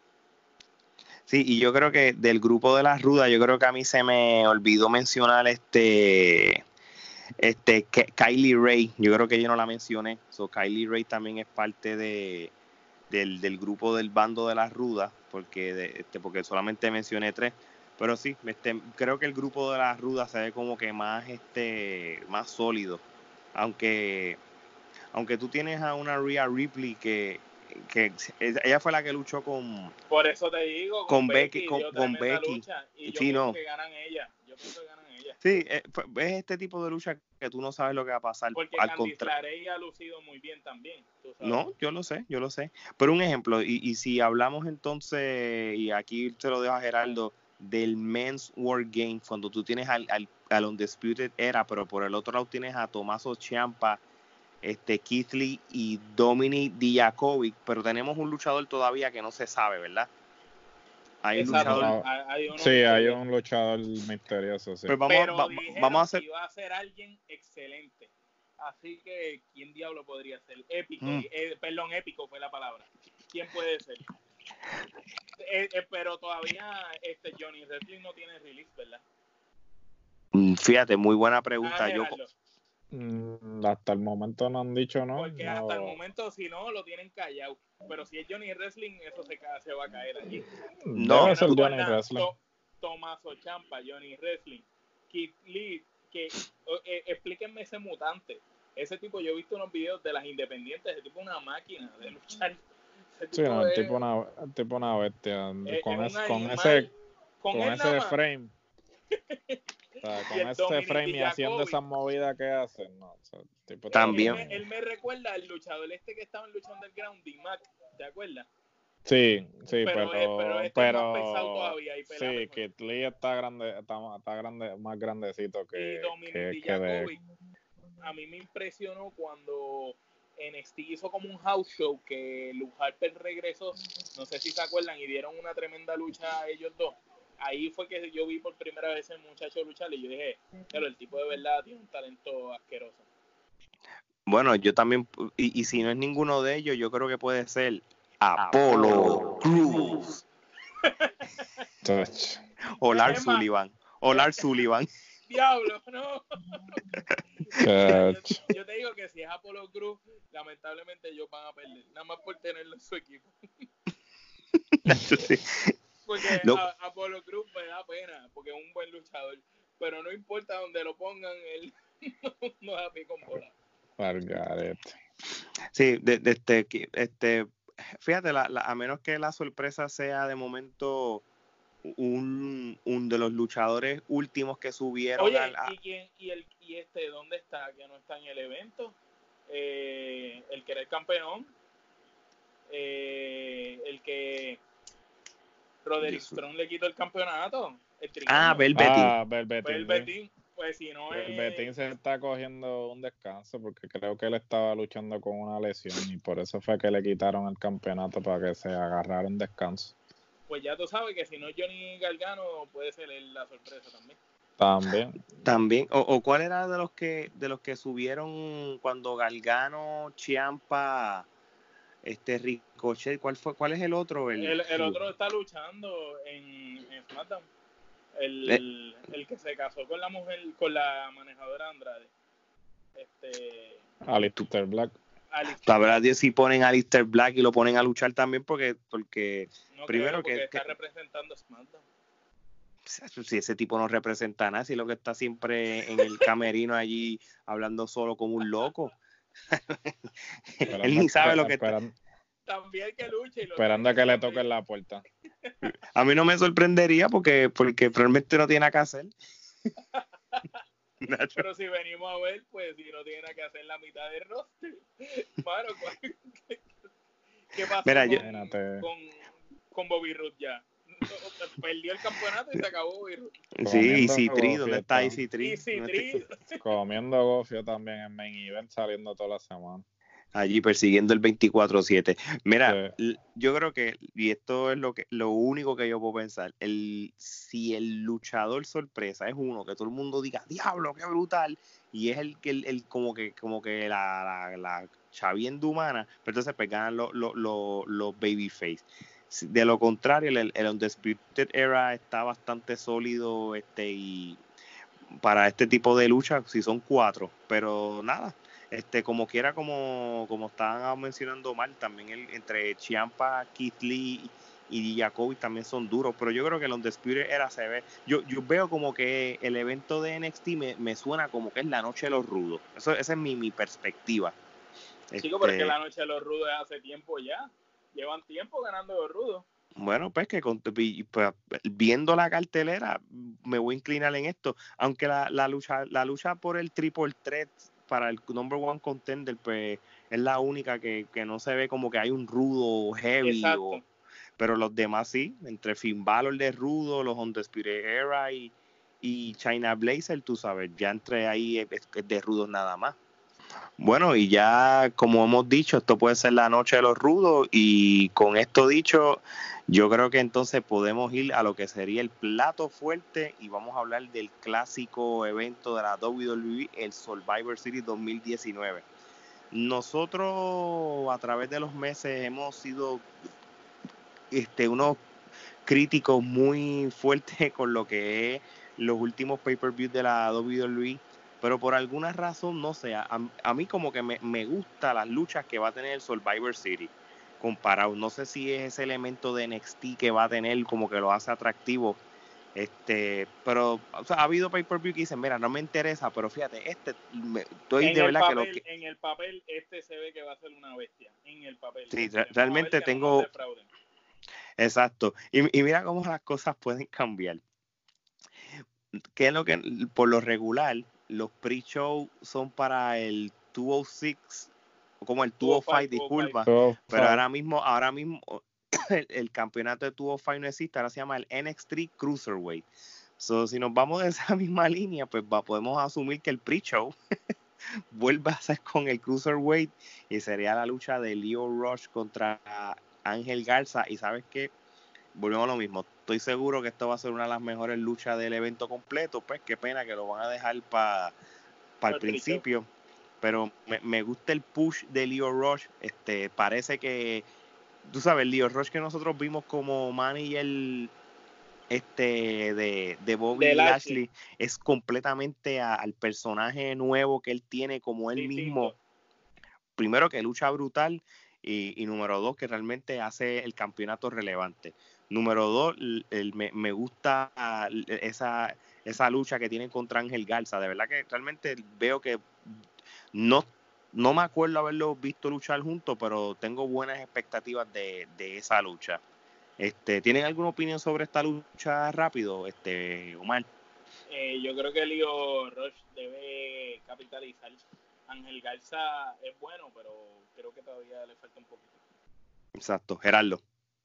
Sí, y yo creo que del grupo de las rudas, yo creo que a mí se me olvidó mencionar este, este Kylie Ray. Yo creo que yo no la mencioné. So, Kylie Ray también es parte de del, del grupo del bando de las rudas, porque de, este, porque solamente mencioné tres. Pero sí, este, creo que el grupo de las rudas se ve como que más este más sólido. Aunque aunque tú tienes a una Rhea Ripley que que ella fue la que luchó con
por eso te digo
con,
con
Becky,
Becky
con,
dio
con
tremenda
Becky
lucha y yo
sí,
pienso
no.
que ganan ella yo pienso que ganan ella
sí, es, es este tipo de lucha que tú no sabes lo que va a pasar.
Porque
al
Candice LeRae ha lucido muy bien también, tú sabes.
No, yo lo sé, yo lo sé. Pero un ejemplo, y, y si hablamos entonces, y aquí te lo dejo a Geraldo, del Men's World Game, cuando tú tienes al, al, al Undisputed Era, pero por el otro lado tienes a Tommaso Ciampa, este, Keith Lee y Dominic Dijakovic, pero tenemos un luchador todavía que no se sabe, ¿verdad? Hay un
Exacto,
luchador.
hay, hay uno
sí,
misterioso.
hay un luchador misterioso, sí.
Pero vamos,
pero
va,
dijeron
vamos a hacer.
Que iba a ser alguien excelente. Así que, ¿quién diablo podría ser? Épico,
Mm.
eh, perdón, épico fue la palabra. ¿Quién puede ser? Eh, eh, pero todavía este Johnny Wrestling no tiene release, ¿verdad?
Fíjate, muy buena pregunta.
Ah,
Yo,
mm, hasta el momento no han dicho, ¿no?
Porque
no.
hasta el momento, si no, lo tienen callado. Pero si es Johnny Wrestling, eso se, se va a caer allí.
No, debe ser
no
Johnny
nada,
Wrestling.
To, Tommaso Ciampa, Johnny Wrestling, Keith Lee, que eh, explíquenme ese mutante. Ese tipo, yo he visto unos videos de las independientes, ese tipo es una máquina de luchar. Ese
sí,
tipo
no, el
es,
tipo una, el tipo una bestia.
Es,
con,
es
es,
con
animal, ese,
con,
con ese frame. O sea, con ese Dominic frame y haciendo esas movidas que hacen, no, o sea, tipo
también.
Él me, él me recuerda al luchador este que estaba en Lucha Underground, D-Mac, ¿te acuerdas?
Sí, sí,
pero,
pero,
es, pero, este
pero
es más pesado todavía. Y
sí, Keith Lee está grande, está, está grande, más grandecito que,
y Dominic
que,
Dijakovic,
que de...
a mí me impresionó cuando N X T hizo como un house show que Luke Harper regresó, no sé si se acuerdan, y dieron una tremenda lucha a ellos dos. Ahí fue que yo vi por primera vez el muchacho luchar y yo dije, pero el tipo de verdad tiene un talento asqueroso.
Bueno, yo también, y, y si no es ninguno de ellos, yo creo que puede ser Apollo Crews. o Lars Sullivan. O Lars Sullivan.
Diablo, no. Mira, yo, yo te digo que si es Apollo Crews, lamentablemente ellos van a perder, nada más por tenerlo en su equipo. Porque no. a, Apollo Crews me da pena, porque es un buen luchador, pero no importa donde lo pongan, él no, no da pie con bola.
Margarete.
Sí, de, de, este, este, fíjate, la, la, a menos que la sorpresa sea de momento un, un de los luchadores últimos que subieron.
Oye,
al, a...
¿y, quién, y, el, ¿y este dónde está? Que no está en el evento. Eh, el que era el campeón. Eh, el que Roderick Strong le quitó el campeonato. El
ah, Velveteen.
Ah, Velveteen.
Velveteen. Pues si no es...
Velveteen se está cogiendo un descanso porque creo que él estaba luchando con una lesión y por eso fue que le quitaron el campeonato para que se agarrara un descanso.
Pues ya tú sabes que si no es Johnny Gargano puede ser él la sorpresa también.
También.
También. O, o cuál era de los que de los que subieron cuando Gargano, Ciampa, este Ricochet, ¿cuál fue? ¿Cuál es el otro?
El, el, el otro está luchando en, en SmackDown. El, eh. el que se casó con la mujer, con la manejadora Andrade. Este.
Aleister Black.
La verdad, si ponen a Aleister Black y lo ponen a luchar también porque, porque
no
primero
creo, porque
que
está
que,
representando SmackDown.
Si ese tipo no representa nada, si lo que está siempre en el camerino allí hablando solo como un loco. Él ni sabe lo que
esperando,
está. También que luche. Y lo
esperando a que le toquen la puerta.
A mí no me sorprendería porque, porque realmente no tiene nada que hacer.
Pero si venimos a ver, pues si no tiene nada que hacer la mitad del roster. Mano, ¿qué, qué pasó
Mira,
con,
yo...
con, con Bobby Roode ya? Perdió el campeonato y se acabó Bobby Roode.
Sí, y Citri, ¿dónde está Citri?
Y Citri.
Comiendo gofio también en main event saliendo toda la semana.
allí persiguiendo el veinticuatro siete. Mira,
Sí.
yo creo que, y esto es lo que lo único que yo puedo pensar, el si el luchador sorpresa es uno que todo el mundo diga, diablo, qué brutal, y es el que el, el como que como que la, la, la chavienda humana, pero entonces pues ganan los los los los babyface. De lo contrario, el, el Undisputed Era está bastante sólido, este y para este tipo de lucha, si son cuatro, pero nada, este como quiera, como, como estaban mencionando mal, también el, entre Ciampa, Keith Lee y Jacoby también son duros, pero yo creo que el Undisputed Era se ve, yo, yo veo como que el evento de N X T me, me suena como que es la noche de los rudos, eso, esa es mi, mi perspectiva.
Chico, pero es que
Este,
la noche de los rudos es hace tiempo ya, llevan tiempo ganando los rudos.
Bueno, pues que con, y, pues, viendo la cartelera me voy a inclinar en esto, aunque la, la lucha la lucha por el triple threat para el number one contender pues es la única que, que no se ve como que hay un rudo heavy, o, pero los demás sí, entre Finn Balor de rudo, los Undisputed Era y, y China Blazer, tú sabes, ya entre ahí es, es de rudos nada más. Bueno, y ya como hemos dicho, esto puede ser la noche de los rudos, y con esto dicho, yo creo que entonces podemos ir a lo que sería el plato fuerte y vamos a hablar del clásico evento de la W W E, el Survivor Series dos mil diecinueve. Nosotros a través de los meses hemos sido este, unos críticos muy fuertes con lo que es los últimos pay-per-views de la W W E, pero por alguna razón, no sé, a, a mí como que me, me gusta las luchas que va a tener el Survivor Series comparado, no sé si es ese elemento de N X T que va a tener como que lo hace atractivo, este, pero o sea, ha habido pay-per-view que dicen, mira, no me interesa, pero fíjate, este, me, estoy
en
de
el
verdad
papel,
que lo que...
En el papel, este se ve que va a ser una bestia, en el papel.
Sí,
este,
realmente
que
tengo...
No nos defrauden.
Exacto, y, y mira cómo las cosas pueden cambiar. Que es lo que por lo regular los pre-show son para el doscientos seis como el doscientos cinco, disculpa,
Oh,
pero
five.
ahora mismo ahora mismo el, el campeonato de doscientos cinco no existe, ahora se llama el N X T Cruiserweight. So, si nos vamos de esa misma línea, pues va, podemos asumir que el pre-show vuelve a ser con el Cruiserweight y sería la lucha de Lio Rush contra Ángel Garza. Y sabes qué, volvemos a lo mismo, estoy seguro que esto va a ser una de las mejores luchas del evento completo, pues qué pena que lo van a dejar para pa el principio, pero me, me gusta el push de Lio Rush, este, parece que, tú sabes, Lio Rush que nosotros vimos como manager este de, de Bobby
de
Lashley.
Lashley
es completamente a, al personaje nuevo que él tiene como él
Distinto.
mismo, primero que lucha brutal, y, y número dos que realmente hace el campeonato relevante. Número dos, el, el, me, me gusta esa, esa lucha que tiene contra Ángel Garza. De verdad que realmente veo que no, no me acuerdo haberlo visto luchar juntos, pero tengo buenas expectativas de, de esa lucha. Este, ¿tienen alguna opinión sobre esta lucha rápido, este, Omar?
Eh, yo creo que Lio Rush debe capitalizar. Ángel Garza es bueno, pero creo que todavía le falta un poquito.
Exacto, Gerardo.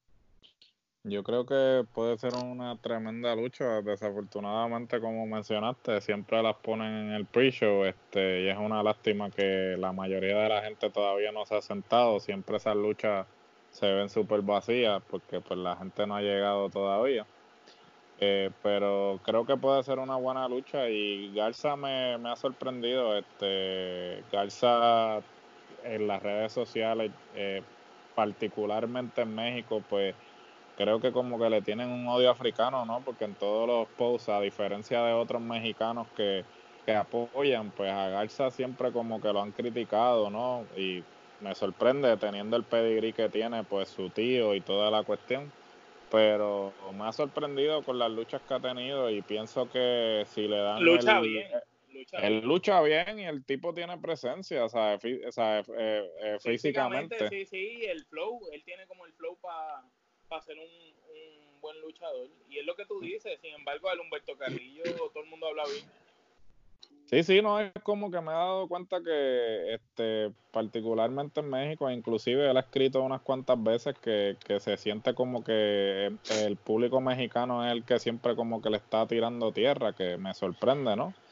Yo creo que puede ser una tremenda lucha. Desafortunadamente, como mencionaste, siempre las ponen en el pre-show, este, y es una lástima que la mayoría de la gente todavía no se ha sentado. Siempre esas luchas se ven súper vacías porque pues la gente no ha llegado todavía. Eh, pero creo que puede ser una buena lucha, y Garza me, me ha sorprendido. Este, Garza en las redes sociales, eh, particularmente en México, pues creo que como que le tienen un odio africano, ¿no? Porque en todos los posts, a diferencia de otros mexicanos que, que apoyan, pues a Garza siempre como que lo han criticado, ¿no? Y me sorprende, teniendo el pedigrí que tiene, pues su tío y toda la cuestión. Pero me ha sorprendido con las luchas que ha tenido, y pienso que si le dan
lucha
el...
bien, lucha
él
bien.
lucha bien, y el tipo tiene presencia, o sea, fí, o sea eh, eh, físicamente.
físicamente. Sí, sí, el flow, él tiene como el flow para pa ser un, un buen luchador. Y es lo que tú dices, sin embargo, al Humberto Carrillo todo el mundo habla bien.
Sí, sí, no, es como que me he dado cuenta que este, particularmente en México, inclusive él ha escrito unas cuantas veces que, que se siente como que el público mexicano es el que siempre como que le está tirando tierra, que me sorprende, ¿no?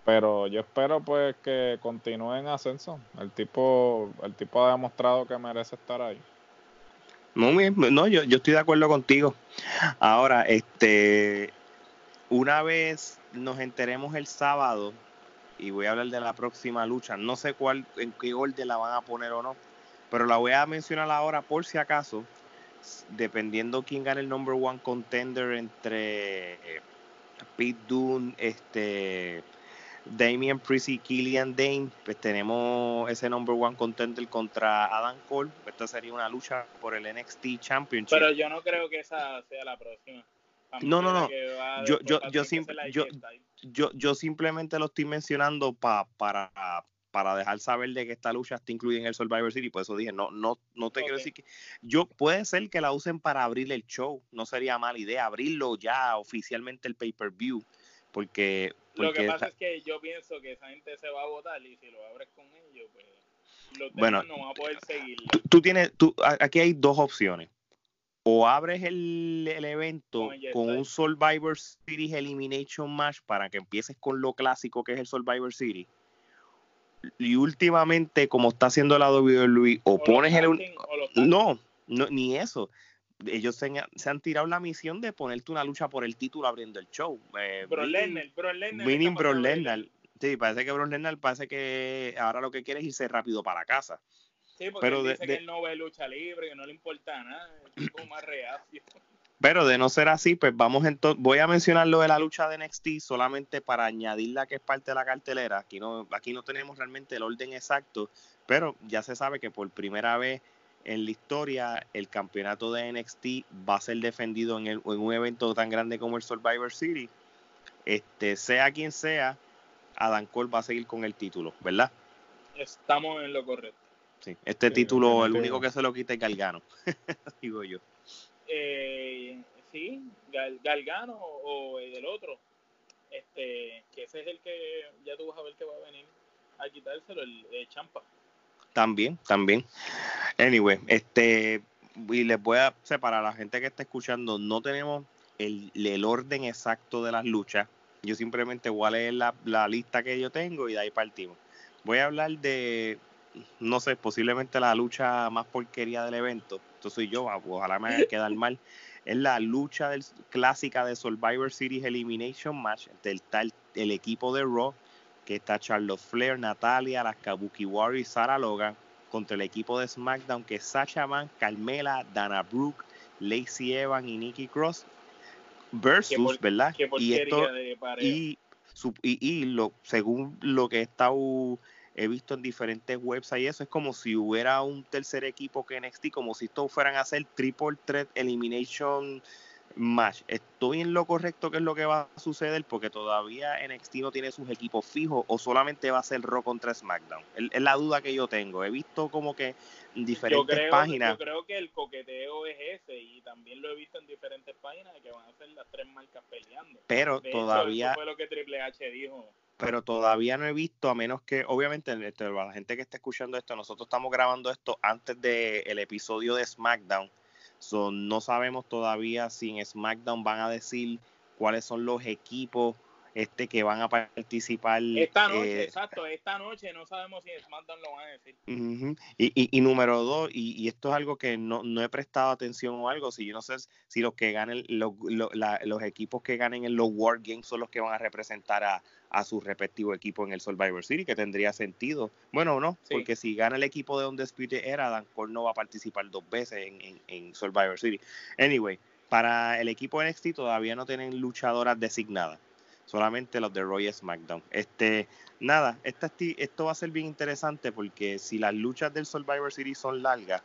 pero yo espero pues que continúe en ascenso. El tipo, el tipo ha demostrado que merece estar ahí.
Muy bien, no, yo, yo estoy de acuerdo contigo. Ahora, este, una vez nos enteremos el sábado, y voy a hablar de la próxima lucha, no sé cuál, en qué orden la van a poner o no, pero la voy a mencionar ahora por si acaso, dependiendo quién gane el number one contender entre Pete Dunne, este, Damian Priest y Killian Dane, pues tenemos ese number one contender contra Adam Cole. Esta sería una lucha por el N X T Championship.
Pero yo no creo que esa sea la próxima.
No, no, no. Yo, yo, yo, sim yo, yo, yo simplemente lo estoy mencionando pa, para, para dejar saber de que esta lucha está incluida en el Survivor Series. Por eso dije, no, no, no te okay. quiero decir que yo puede ser que la usen para abrir el show. No sería mala idea abrirlo ya oficialmente el pay-per-view. Porque, porque
lo que pasa es que yo pienso que esa gente se va a votar y si lo abres con ellos, pues los
bueno,
demás no van a poder seguirlo.
Tú, tú tienes, tú, aquí hay dos opciones. O abres el, el evento con, con un Survivor Series Elimination Match para que empieces con lo clásico que es el Survivor Series. Y últimamente, como está haciendo la W W E, o, o pones el... Un... No, no, ni eso. Ellos se, se han tirado la misión de ponerte una lucha por el título abriendo el show. Eh,
Bro Lesnar, Bro Lesnar.
Winning Bro Lesnar. Sí, parece que Bro Lesnar parece que ahora lo que quiere es irse rápido para casa.
Sí, porque pero él dice de, que de, él no ve lucha libre, que no le importa nada, es como más reacio.
Pero de no ser así, pues vamos entonces, voy a mencionar lo de la lucha de N X T solamente para añadirla que es parte de la cartelera. Aquí no, aquí no tenemos realmente el orden exacto, pero ya se sabe que por primera vez en la historia el campeonato de N X T va a ser defendido en, el, en un evento tan grande como el Survivor Series. Este, sea quien sea, Adam Cole va a seguir con el título, ¿verdad?
Estamos en lo correcto.
Sí, este sí, título, el único que se lo quita es Gargano, digo yo.
Eh, sí, Gal, Gargano o, o el otro, este, que ese es el que ya tú vas a ver que va a venir a quitárselo, el, el Champa.
También, también. Anyway, este, y les voy a separar a la gente que está escuchando, no tenemos el, el orden exacto de las luchas. Yo simplemente voy a leer la, la lista que yo tengo y de ahí partimos. Voy a hablar de, no sé, posiblemente la lucha más porquería del evento. Esto soy yo, ojalá me haga quedar mal. Es la lucha del, clásica de Survivor Series Elimination Match del tal el equipo de Raw, que está Charlotte Flair, Natalia, las Kabuki Warriors y Sarah Logan, contra el equipo de SmackDown, que es Sasha Banks, Carmela, Dana Brooke, Lacey Evans y Nikki Cross, versus,
por,
¿verdad?
Y esto,
de y, su, y, y lo, según lo que he estado, he visto en diferentes websites y eso, es como si hubiera un tercer equipo que N X T, como si estos fueran a hacer Triple Threat Elimination Match. ¿Estoy en lo correcto que es lo que va a suceder? Porque todavía N X T no tiene sus equipos fijos, o solamente va a ser Raw contra SmackDown. Es, es la duda que yo tengo. He visto como que en diferentes
yo creo,
páginas.
Yo creo que el coqueteo es ese, y también lo he visto en diferentes páginas de que van a ser las tres marcas peleando.
Pero
de
todavía.
Hecho, eso fue lo que Triple H dijo.
Pero todavía no he visto, a menos que, obviamente, este, la gente que está escuchando esto, nosotros estamos grabando esto antes del episodio de SmackDown. So, no sabemos todavía si en SmackDown van a decir cuáles son los equipos este que van a participar.
Esta noche, eh, exacto, esta noche no sabemos si en SmackDown lo van a decir.
Uh-huh. y, y, y número dos, y, y esto es algo que no, no he prestado atención o algo, si yo no sé si los que ganen, los, los, la, los equipos que ganen en los War Games son los que van a representar a, a su respectivo equipo en el Survivor Series, que tendría sentido. Bueno, no, sí. Porque si gana el equipo de Undisputed Era, Dan Cole no va a participar dos veces en, en, en Survivor Series. Anyway, para el equipo N X T todavía no tienen luchadoras designadas, solamente los de Raw y SmackDown. Este, nada, esta, esto va a ser bien interesante porque si las luchas del Survivor Series son largas,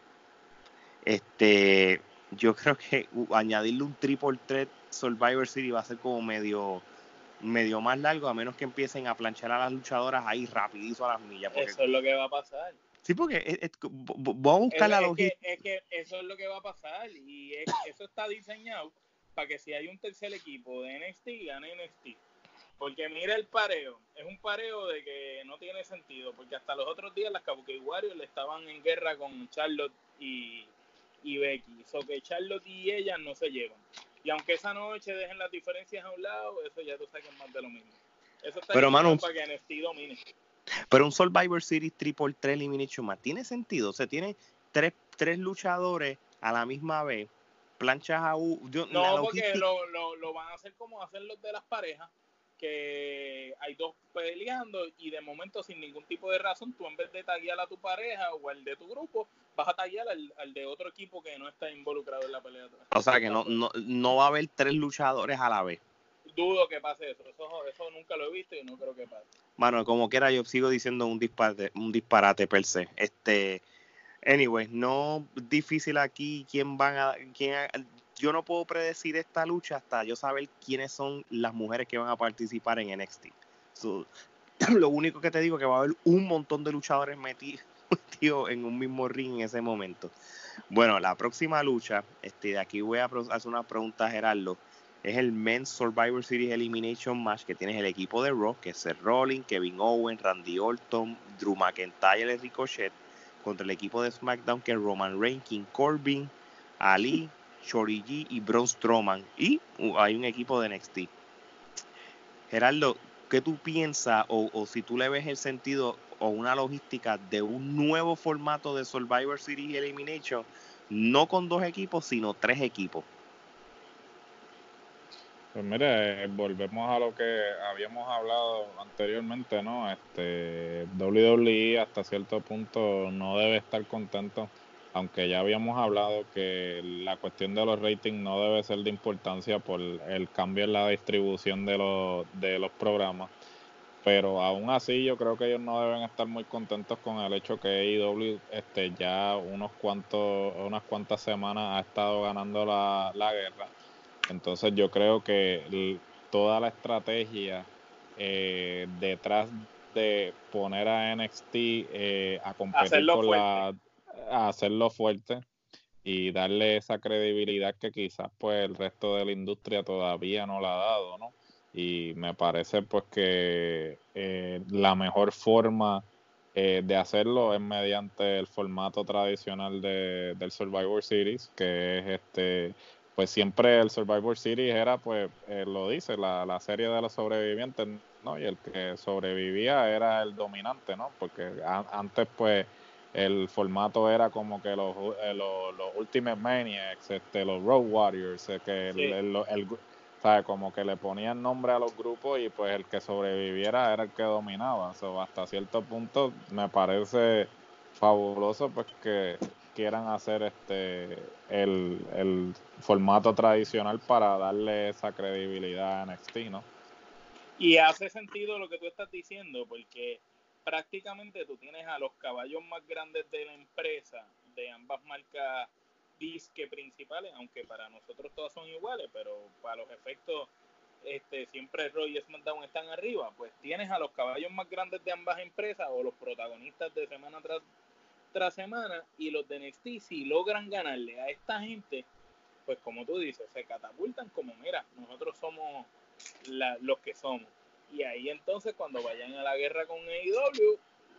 este, yo creo que uh, añadirle un Triple Threat Survivor Series va a ser como medio medio más largo, a menos que empiecen a planchar a las luchadoras ahí rapidito a las millas. Porque,
eso es lo que va a pasar.
Sí, porque es, es, vamos a buscar
es,
la
es
logística.
Que, es que eso es lo que va a pasar, y es, eso está diseñado para que si hay un tercer equipo de N X T, gane N X T. Porque mira el pareo, es un pareo de que no tiene sentido, porque hasta los otros días las Kabuki Warriors estaban en guerra con Charlotte y, y Becky, so que Charlotte y ellas no se llevan. Y aunque esa noche dejen las diferencias a un lado, eso ya tú sabes que es más de lo mismo. Eso está
pero mano,
para que N X T domine.
Pero un Survivor Series tres por tres Elimination Match tiene sentido. O sea, tiene tres, tres luchadores a la misma vez. Planchas a u, yo,
No,
la
porque
logística...
lo, lo, lo van a hacer como hacen los de las parejas, que hay dos peleando y de momento sin ningún tipo de razón, tú en vez de taguear a tu pareja o al de tu grupo, vas a taguear al, al de otro equipo que no está involucrado en la pelea.
O sea, que no, no, no va a haber tres luchadores a la vez.
Dudo que pase eso. eso. Eso nunca lo he visto y no creo que pase.
Bueno, como quiera, yo sigo diciendo un disparate, un disparate per se. Este, anyway, no difícil aquí quién van a, quién a, yo no puedo predecir esta lucha hasta yo saber quiénes son las mujeres que van a participar en N X T. So, lo único que te digo es que va a haber un montón de luchadores metidos metido en un mismo ring en ese momento. Bueno, la próxima lucha, este, de aquí voy a hacer una pregunta a Gerardo. Es el Men's Survivor Series Elimination Match que tienes el equipo de Raw, que es Seth Rollins, Kevin Owens, Randy Orton, Drew McIntyre y Ricochet, contra el equipo de SmackDown, que es Roman Reigns, King Corbin, Ali, Shorty G y Braun Strowman. Y uh, hay un equipo de N X T. Gerardo, ¿qué tú piensas o, o si tú le ves el sentido o una logística de un nuevo formato de Survivor Series Elimination, no con dos equipos, sino tres equipos?
Pues mire, volvemos a lo que habíamos hablado anteriormente, ¿no? Este W W E hasta cierto punto no debe estar contento, aunque ya habíamos hablado que la cuestión de los ratings no debe ser de importancia por el cambio en la distribución de los, de los programas. Pero aún así yo creo que ellos no deben estar muy contentos con el hecho que A E W este, ya unos cuantos, unas cuantas semanas ha estado ganando la, la guerra. Entonces yo creo que el, toda la estrategia eh, detrás de poner a N X T eh, a competir
hacerlo
con
fuerte.
la, a hacerlo fuerte y darle esa credibilidad que quizás pues el resto de la industria todavía no la ha dado, ¿no? Y me parece pues que eh, la mejor forma eh, de hacerlo es mediante el formato tradicional de, del Survivor Series, que es este pues siempre el Survivor Series era, pues, eh, lo dice, la, la serie de los sobrevivientes, ¿no? Y el que sobrevivía era el dominante, ¿no? Porque a, antes, pues, el formato era como que los, eh, los, los Ultimate Maniacs, este, los Road Warriors, eh, que
Sí.
el, el, el, el ¿sabe? Como que le ponían nombre a los grupos y pues el que sobreviviera era el que dominaba. So, hasta cierto punto me parece fabuloso pues que quieran hacer este el, el formato tradicional para darle esa credibilidad a N X T, ¿no?
Y hace sentido lo que tú estás diciendo, porque prácticamente tú tienes a los caballos más grandes de la empresa, de ambas marcas disque principales, aunque para nosotros todas son iguales, pero para los efectos este, siempre Raw y SmackDown están arriba. Pues tienes a los caballos más grandes de ambas empresas o los protagonistas de semana tras, tras semana, y los de N X T, si logran ganarle a esta gente, pues como tú dices, se catapultan como, mira, nosotros somos la, los que somos. Y ahí entonces cuando vayan a la guerra con A E W,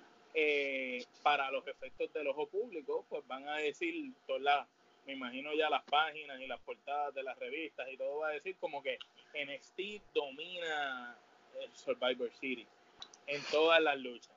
eh, para los efectos del ojo público, pues van a decir, todas las, me imagino ya las páginas y las portadas de las revistas y todo va a decir como que N X T domina el Survivor Series en todas las luchas.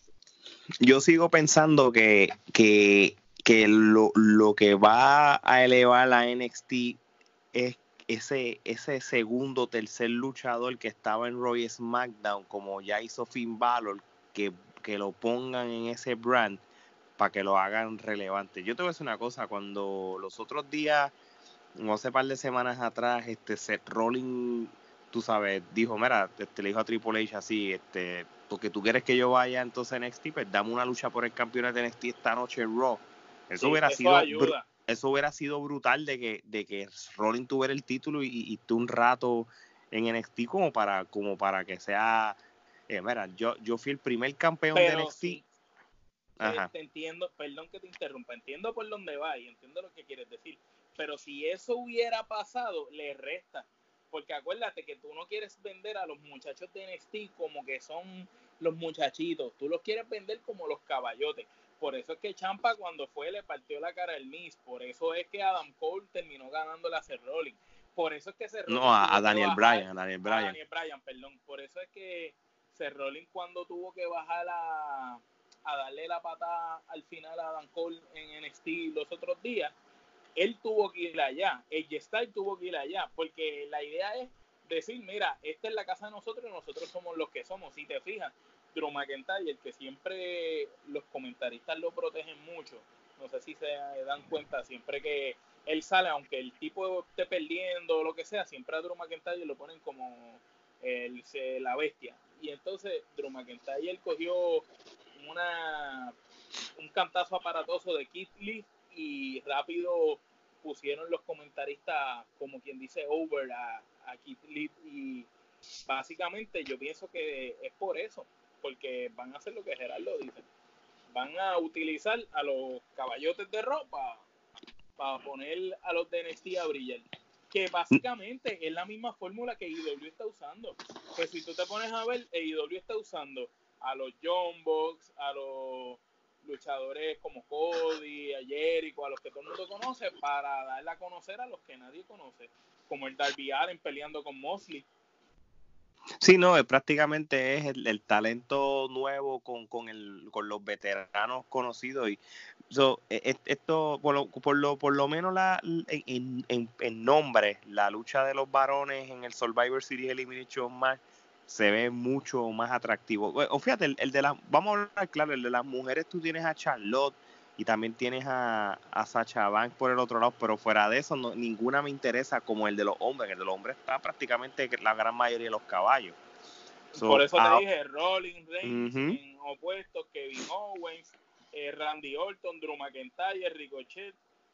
Yo sigo pensando que, que, que lo, lo que va a elevar a N X T es ese, ese segundo tercer luchador que estaba en Raw y SmackDown, como ya hizo Finn Balor, que, que lo pongan en ese brand para que lo hagan relevante. Yo te voy a decir una cosa, cuando los otros días, no hace par de semanas atrás, este Seth Rollins, tú sabes, dijo, mira, este, le dijo a Triple H así, este, porque tú quieres que yo vaya entonces a N X T, pues dame una lucha por el campeonato de N X T esta noche en Raw. Eso
sí,
hubiera
eso
sido
ayuda.
eso hubiera sido brutal de que, de que Rollins tuviera el título y, y esté un rato en N X T como para, como para que sea, eh, mira, yo, yo fui el primer campeón
Pero
de N X T.
Sí, te, te entiendo, perdón que te interrumpa, entiendo por dónde va y entiendo lo que quieres decir, pero si eso hubiera pasado, le resta, porque acuérdate que tú no quieres vender a los muchachos de N X T como que son los muchachitos, tú los quieres vender como los caballotes. Por eso es que Ciampa cuando fue le partió la cara al Miz, por eso es que Adam Cole terminó ganándole a Seth Rollins, por eso es que Seth Rollins
No, a,
tuvo
a
que
Daniel
bajar-
Bryan, a Daniel
a
Bryan.
Daniel Bryan, perdón. Por eso es que Seth Rollins cuando tuvo que bajar a, a darle la patada al final a Dan Cole en N X T los otros días, él tuvo que ir allá, A J Styles tuvo que ir allá, porque la idea es decir, mira, esta es la casa de nosotros y nosotros somos los que somos. Si te fijas, Drew McIntyre, el que siempre los comentaristas lo protegen mucho, no sé si se dan cuenta, siempre que él sale, aunque el tipo esté perdiendo o lo que sea, siempre a Drew McIntyre lo ponen como el, la bestia. Y entonces Drew McIntyre cogió una, un cantazo aparatoso de Keith Lee y rápido pusieron los comentaristas, como quien dice, over a, a Keith Lee, y básicamente yo pienso que es por eso, porque van a hacer lo que Gerardo dice, van a utilizar a los caballotes de ropa para poner a los de N X T a brillar, que básicamente es la misma fórmula que A E W está usando. Pues si tú te pones a ver, A E W está usando a los Young Bucks, a los luchadores como Cody, a Jericho, a los que todo el mundo conoce, para darle a conocer a los que nadie conoce, como el Darby Allin peleando con Moxley.
Sí, no, es prácticamente es el, el talento nuevo con, con, el, con los veteranos conocidos. Y so, esto, por lo, por lo, por lo menos la, en, en, en nombre, la lucha de los varones en el Survivor Series Elimination Match se ve mucho más atractivo. O fíjate, el, el de las, vamos a hablar claro, el de las mujeres tú tienes a Charlotte y también tienes a, a Sasha Banks por el otro lado, pero fuera de eso no, ninguna me interesa como el de los hombres. El de los hombres está prácticamente la gran mayoría de los caballos.
So, por eso te uh, dije Rollins, Reigns, uh-huh. en opuestos, Kevin Owens, eh, Randy Orton, Drew McIntyre, Ricochet.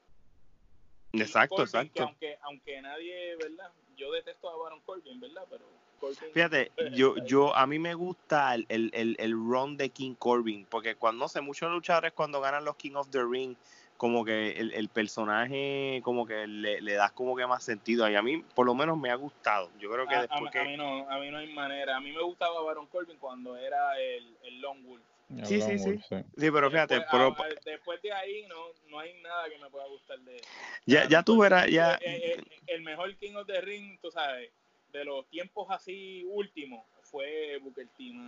Exacto,
Corbin,
exacto.
Que aunque, aunque nadie, ¿verdad? Yo detesto a Baron Corbin, ¿verdad? Pero Corbin,
fíjate, yo, yo, a mí me gusta el, el, el, el run de King Corbin, porque cuando, no sé, muchos luchadores cuando ganan los King of the Ring, como que el, el personaje, como que le, le das como que más sentido, y a mí, por lo menos, me ha gustado. Yo creo que
a,
después
a,
que...
a mí no, a mí no hay manera. A mí me gustaba Baron Corbin cuando era el, el Lone Wolf.
El sí, sí, sí, sí. Sí, pero fíjate,
después,
pero,
a, a, después de ahí no, no hay nada que me pueda gustar de...
Ya, ya tú verás, ya...
El, el, el mejor King of the Ring, tú sabes, de los tiempos así últimos, fue Booker T, man.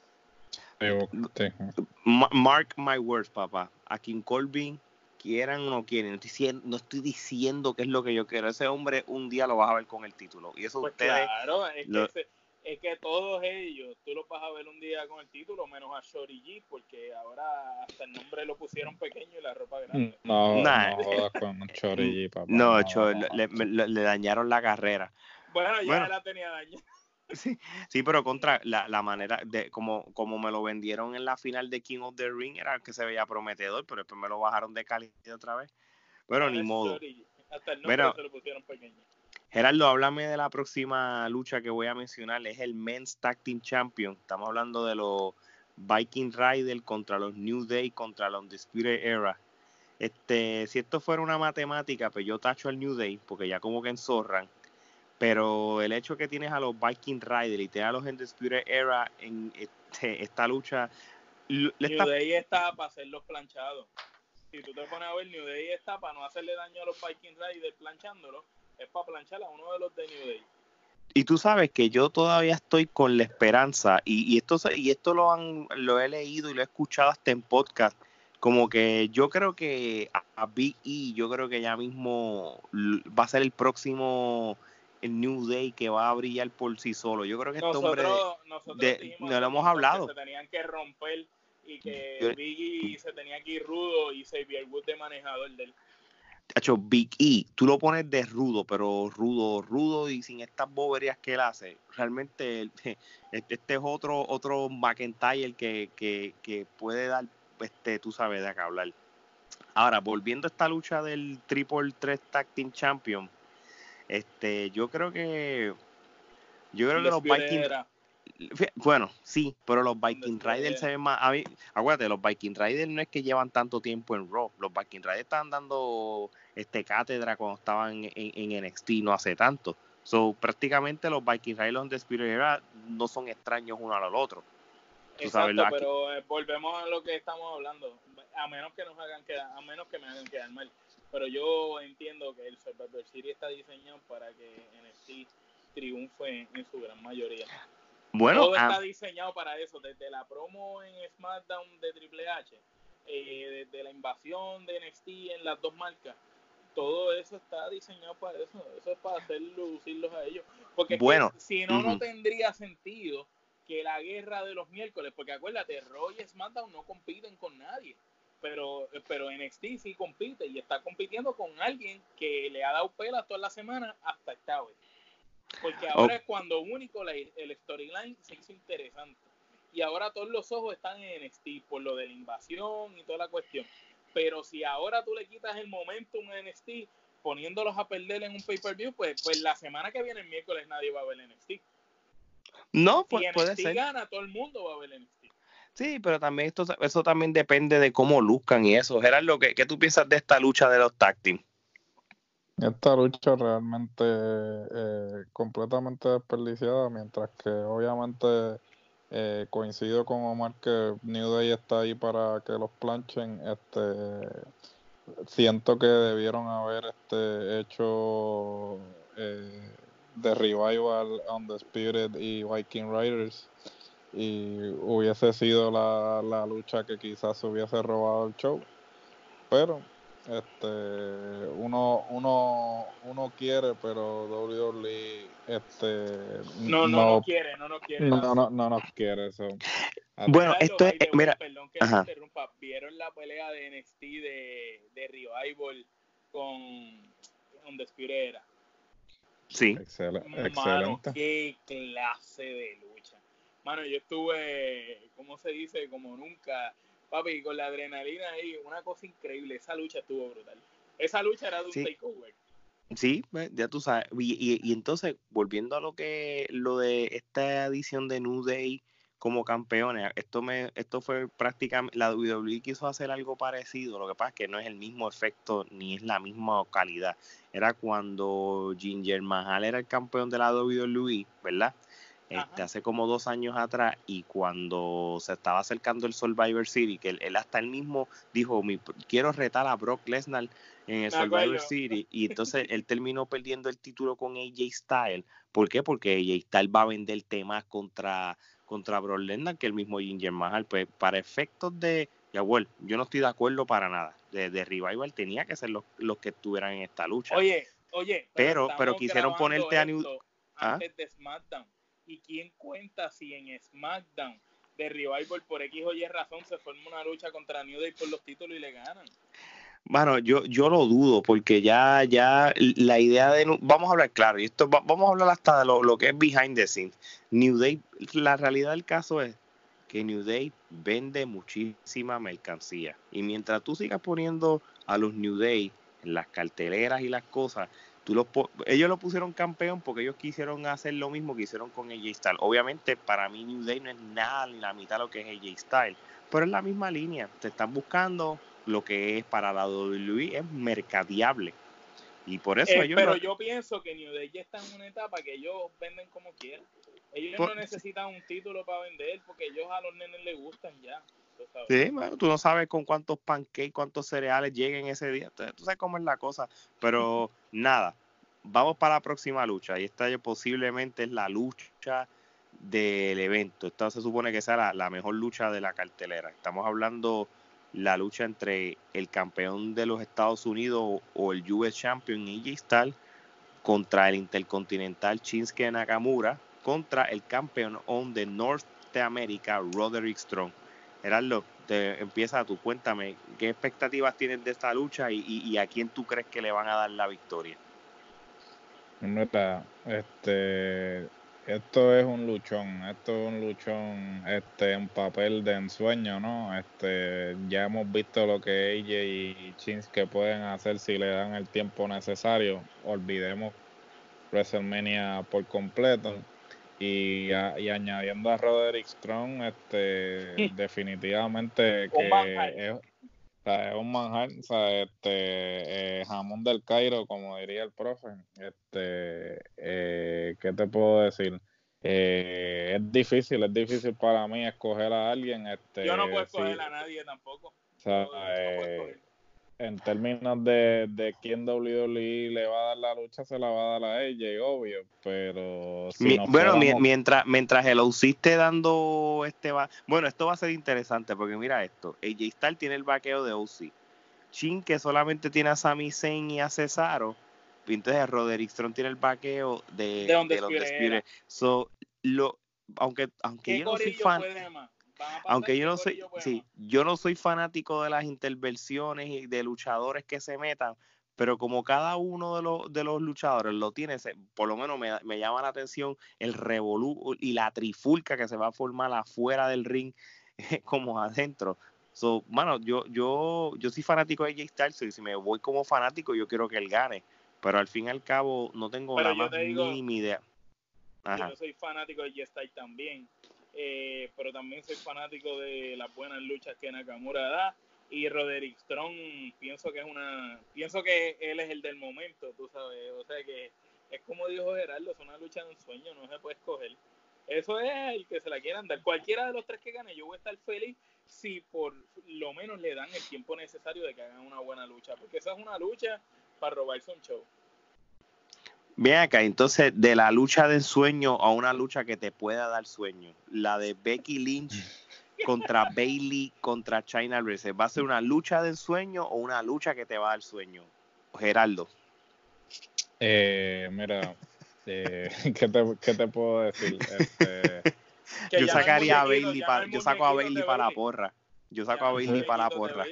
Mark my words, papá. A King Corbin, quieran o no quieren, no estoy, diciendo, no estoy diciendo que es lo que yo quiero. Ese hombre un día lo vas a ver con el título. Y eso
pues
ustedes...
Claro, es,
lo...
que ese, es que todos ellos, tú los vas a ver un día con el título, menos a Shorty G, porque ahora hasta el nombre lo pusieron pequeño y la ropa grande.
No, nah. no jodas con Shorty G, papá.
No,
no,
cho,
no,
le,
no.
Le, le dañaron la carrera.
Bueno, ya
bueno,
la tenía dañada.
Sí, sí, pero contra la, la manera de como, como me lo vendieron en la final de King of the Ring era que se veía prometedor, pero después me lo bajaron de calidad otra vez. Bueno,
Ahora
ni modo.
Shorty, hasta el nombre bueno, se lo pusieron pequeño.
Gerardo, háblame de la próxima lucha que voy a mencionar. Es el Men's Tag Team Champion. Estamos hablando de los Viking Raiders contra los New Day contra los Undisputed Era. Este, si esto fuera una matemática, pues yo tacho al New Day porque ya como que enzorran. Pero el hecho que tienes a los Viking Raiders y tienes a los Undisputed Era en este, esta lucha...
New está... Day está para hacerlos planchados. Si tú te pones a ver, New Day está para no hacerle daño a los Viking Raiders planchándolos. Es para planchar a uno de los de New Day.
Y tú sabes que yo todavía estoy con la esperanza, y, y esto y esto lo han lo he leído y lo he escuchado hasta en podcast, como que yo creo que a, a Big E, yo creo que ya mismo va a ser el próximo el New Day que va a brillar por sí solo. Yo creo que este
nosotros,
hombre,
nosotros
de, no lo hemos hablado.
Que se tenían que romper y que yo, Big E se tenía que ir rudo y Xavier Woods de manejador del...
Hecho, Big E, tú lo pones de rudo, pero rudo, rudo y sin estas boberías que él hace. Realmente este, este es otro otro McIntyre que, que, que puede dar, este, tú sabes, de acá hablar. Ahora, volviendo a esta lucha del Triple Threat Tag Team Champion, este, yo creo que yo creo que los Vikings... Bueno, sí, pero los Viking Raiders se ven más... A mí, acuérdate, los Viking Raiders no es que llevan tanto tiempo en Raw. Los Viking Raiders estaban dando este cátedra cuando estaban en, en N X T no hace tanto. So, prácticamente los Viking Raiders de Spirit Era no son extraños uno al otro.
¿Tú Exacto, sabes, pero eh, volvemos a lo que estamos hablando. A menos que nos hagan quedar, a menos que me hagan quedar mal. pero yo entiendo que el Survivor Series está diseñado para que N X T triunfe en su gran mayoría.
Bueno,
todo está
ah,
diseñado para eso, desde la promo en SmackDown de Triple H, eh, desde la invasión de N X T en las dos marcas, todo eso está diseñado para eso, eso es para hacer lucirlos a ellos, porque
bueno,
es que si no, no
ujú.
tendría sentido que la guerra de los miércoles, porque acuérdate, Raw y SmackDown no compiten con nadie, pero, pero N X T sí compite y está compitiendo con alguien que le ha dado pelas toda la semana hasta esta vez. Porque ahora
O-
es cuando único la, el storyline se hizo interesante. Y ahora todos los ojos están en N X T por lo de la invasión y toda la cuestión. Pero si ahora tú le quitas el momentum a N X T poniéndolos a perder en un pay-per-view, pues, pues la semana que viene, el miércoles, nadie va a ver N X T.
no,
Si
pu- puede
N X T
ser.
gana, todo el mundo va a ver N X T.
Sí, pero también esto, eso también depende de cómo luzcan y eso. Gerardo, ¿qué, qué tú piensas de esta lucha de los tag team?
Esta lucha realmente eh, completamente desperdiciada, mientras que obviamente eh, coincido con Omar que New Day está ahí para que los planchen. Este, siento que debieron haber este, hecho eh, The Revival, Undisputed y Viking Raiders, y hubiese sido la, la lucha que quizás se hubiese robado el show, pero este uno uno uno quiere, pero W W E este
No, no, no
no
quiere, no, no quiere.
no
Lance.
no, no nos quiere eso.
Bueno,
Gerardo,
esto es,
by
eh,
the way,
mira,
perdón que te
ajá,
interrumpa. ¿Vieron la pelea de N X T de, de Revival con Undisputed Era?
sí,
Excel-
Mano,
excelente.
qué clase de lucha. Mano, yo estuve, ¿cómo se dice? Como nunca. Papi, con la adrenalina ahí, una cosa increíble. Esa lucha estuvo brutal. Esa lucha era de un
sí,
takeover.
sí, pues, ya tú sabes. Y, y, y entonces, volviendo a lo que, lo de esta edición de New Day como campeones, esto me, esto fue prácticamente, la W W E quiso hacer algo parecido, lo que pasa es que no es el mismo efecto ni es la misma calidad. Era cuando Jinder Mahal era el campeón de la W W E, ¿verdad? Este,
Ajá.
hace como dos años atrás, y cuando se estaba acercando el Survivor Series, que él, él hasta él mismo dijo, mi, quiero retar a Brock Lesnar en el
Me
Survivor
acuerdo.
Series, y entonces él terminó perdiendo el título con A J Styles. ¿Por qué? Porque A J Styles va a vender temas contra, contra Brock Lesnar que el mismo Jinder Mahal. Pues para efectos de, ya bueno, yo no estoy de acuerdo para nada. De, de Revival tenía que ser los, los que estuvieran en esta lucha.
Oye, oye, pero
Pero, pero
estamos
quisieron
grabando
ponerte a New...
esto
¿Ah?
antes de SmackDown. ¿Y quién cuenta si en SmackDown de Revival por X o Y razón se forma una lucha contra New Day por los títulos y le ganan?
Bueno, yo, yo lo dudo, porque ya, ya la idea de... Vamos a hablar claro, y esto va- vamos a hablar hasta de lo, lo que es behind the scenes. New Day, la realidad del caso es que New Day vende muchísima mercancía. Y mientras tú sigas poniendo a los New Day en las carteleras y las cosas, tú los po- ellos lo pusieron campeón porque ellos quisieron hacer lo mismo que hicieron con A J Styles. Obviamente, para mí New Day no es nada ni la mitad de lo que es A J Styles, pero es la misma línea. Te están buscando lo que es para la W W E, es mercadeable. Y por eso
Eh,
ellos
pero
lo...
yo pienso que New Day ya está en una etapa que ellos venden como quieran. Ellos
Por,
no necesitan un título para vender porque ellos a los nenes les gustan ya. Tú sabes.
sí, bueno, tú no sabes con cuántos pancakes, cuántos cereales lleguen ese día. Entonces, tú sabes cómo es la cosa. Pero nada, vamos para la próxima lucha. Y esta posiblemente es la lucha del evento. Esta se supone que sea la, la mejor lucha de la cartelera. Estamos hablando la lucha entre el campeón de los Estados Unidos o el U S Champion A J Styles contra el intercontinental Shinsuke Nakamura contra el campeón de Norteamérica Roderick Strong. Gerardo, te empieza tú, cuéntame, ¿qué expectativas tienes de esta lucha y, y, y a quién tú crees que le van a dar la victoria?
Mira, este, esto es un luchón, esto es un luchón, este, en papel de ensueño, ¿no? Este, ya hemos visto lo que A J y Shinsuke pueden hacer si le dan el tiempo necesario. Olvidemos WrestleMania por completo. Y, a, y añadiendo a Roderick Strong, este, definitivamente
Un manjar.
que es, o sea, es un manjar, o sea, este, eh, jamón del Cairo, como diría el profe. Este, eh, ¿qué te puedo decir? Eh, es difícil, es difícil para mí escoger a alguien.
Yo no puedo
Este, sí,
escoger a nadie tampoco.
o
Yo,
sea,
yo no puedo
eh,
escoger.
en términos de, de quién W W E le va a dar la lucha, se la va a dar a A J, obvio, pero si
Mi,
nos
bueno, mi,
fuéramos...
mientras mientras el O C esté dando este va, bueno, esto va a ser interesante porque mira esto, A J Styles tiene el vaqueo de O C, Chin que solamente tiene a Sami Zayn y a Cesaro, y entonces Roderick Strong tiene el vaqueo de,
De donde
de los
Spirit
Despires. So, lo, aunque aunque
¿Qué
yo no soy
corillo
fan,
puede más? Van a pasar,
aunque yo
¿qué
no soy,
corillo puede
sí,
más?
yo no soy fanático de las intervenciones y de luchadores que se metan, pero como cada uno de los, de los luchadores lo tiene, se, por lo menos me, me llama la atención el revolú y la trifulca que se va a formar afuera del ring como adentro. So, mano, yo, yo, yo soy fanático de Jay Styles y si me voy como fanático yo quiero que él gane, pero al fin y al cabo no tengo
Pero
la
yo
más
te digo,
mínima idea. Ajá.
yo soy fanático de G-Style también, eh, pero también soy fanático de las buenas luchas que Nakamura da, y Roderick Strong pienso que es una, pienso que él es el del momento, tú sabes, o sea que es como dijo Gerardo, es una lucha de un sueño, no se puede escoger. Eso es el que se la quieran dar. Cualquiera de los tres que gane, yo voy a estar feliz si por lo menos le dan el tiempo necesario de que hagan una buena lucha, porque esa es una lucha para robarse un show.
Bien acá, entonces de la lucha de ensueño a una lucha que te pueda dar sueño, la de Becky Lynch contra Bayley contra China Baszler, ¿va a ser una lucha de ensueño o una lucha que te va a dar sueño? Gerardo.
Eh, mira, eh, ¿qué, te, ¿qué te puedo decir? Este,
yo sacaría
no
a Bayley, para,
no
yo saco a Bayley para la porra. Yo saco a Bayley para la porra.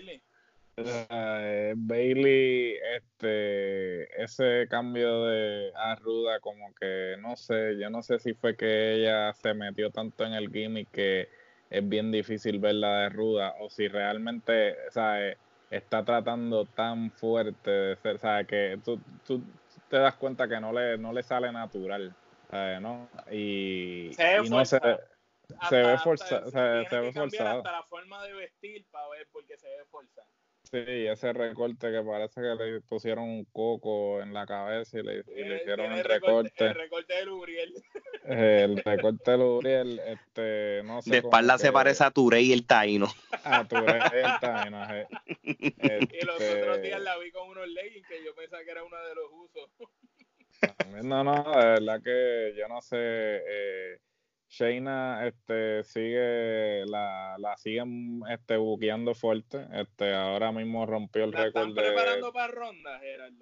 Uh, Bayley, este, ese cambio de a Ruda, como que no sé, yo no sé si fue que ella se metió tanto en el gimmick que es bien difícil verla de Ruda, o si realmente, ¿sabes? Está tratando tan fuerte de ser, ¿sabes? Que tú, tú te das cuenta que no le, no le sale natural, ¿sabes? ¿No? Y,
se ve
y no sé,
hasta,
se ve forzado, se,
tiene
se ve
que cambiar
forzado.
hasta la forma de vestir para ver porque se ve forzado.
Sí, ese recorte que parece que le pusieron un coco en la cabeza y le, y le hicieron el recorte.
El recorte de Luriel.
El recorte de Luriel, este, no sé.
De espalda
como
se
que,
parece a Turey y el Taino.
A Turey y el Taino. Este,
y los otros días la vi con unos leggings que yo pensaba que era uno de los usos.
No, no, de verdad que yo no sé. Eh, Shayna este, sigue, la, la siguen este, buqueando fuerte. Este, ahora mismo rompió el récord de...
¿La están preparando para ronda, Gerardo?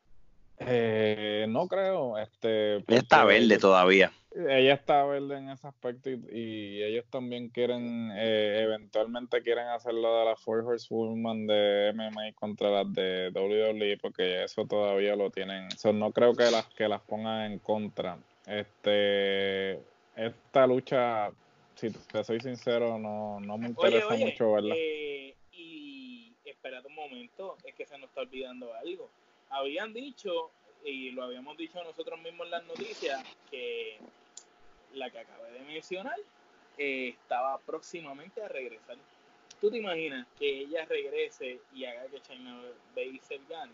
Eh, no creo. Este,
Ella está verde
ella,
todavía.
Ella está verde en ese aspecto y, y ellos también quieren, eh, eventualmente quieren hacer lo de la Four Horsewoman de M M A contra las de W W E porque eso todavía lo tienen. So, no creo que las que las pongan en contra. Este, esta lucha, si te soy sincero, no, no me interesa
oye, oye,
mucho verla.
Eh, y espérate un momento, es que se nos está olvidando algo. Habían dicho, y lo habíamos dicho nosotros mismos en las noticias, que la que acabé de mencionar eh, estaba próximamente a regresar. ¿Tú te imaginas que ella regrese y haga que China Baszler gane?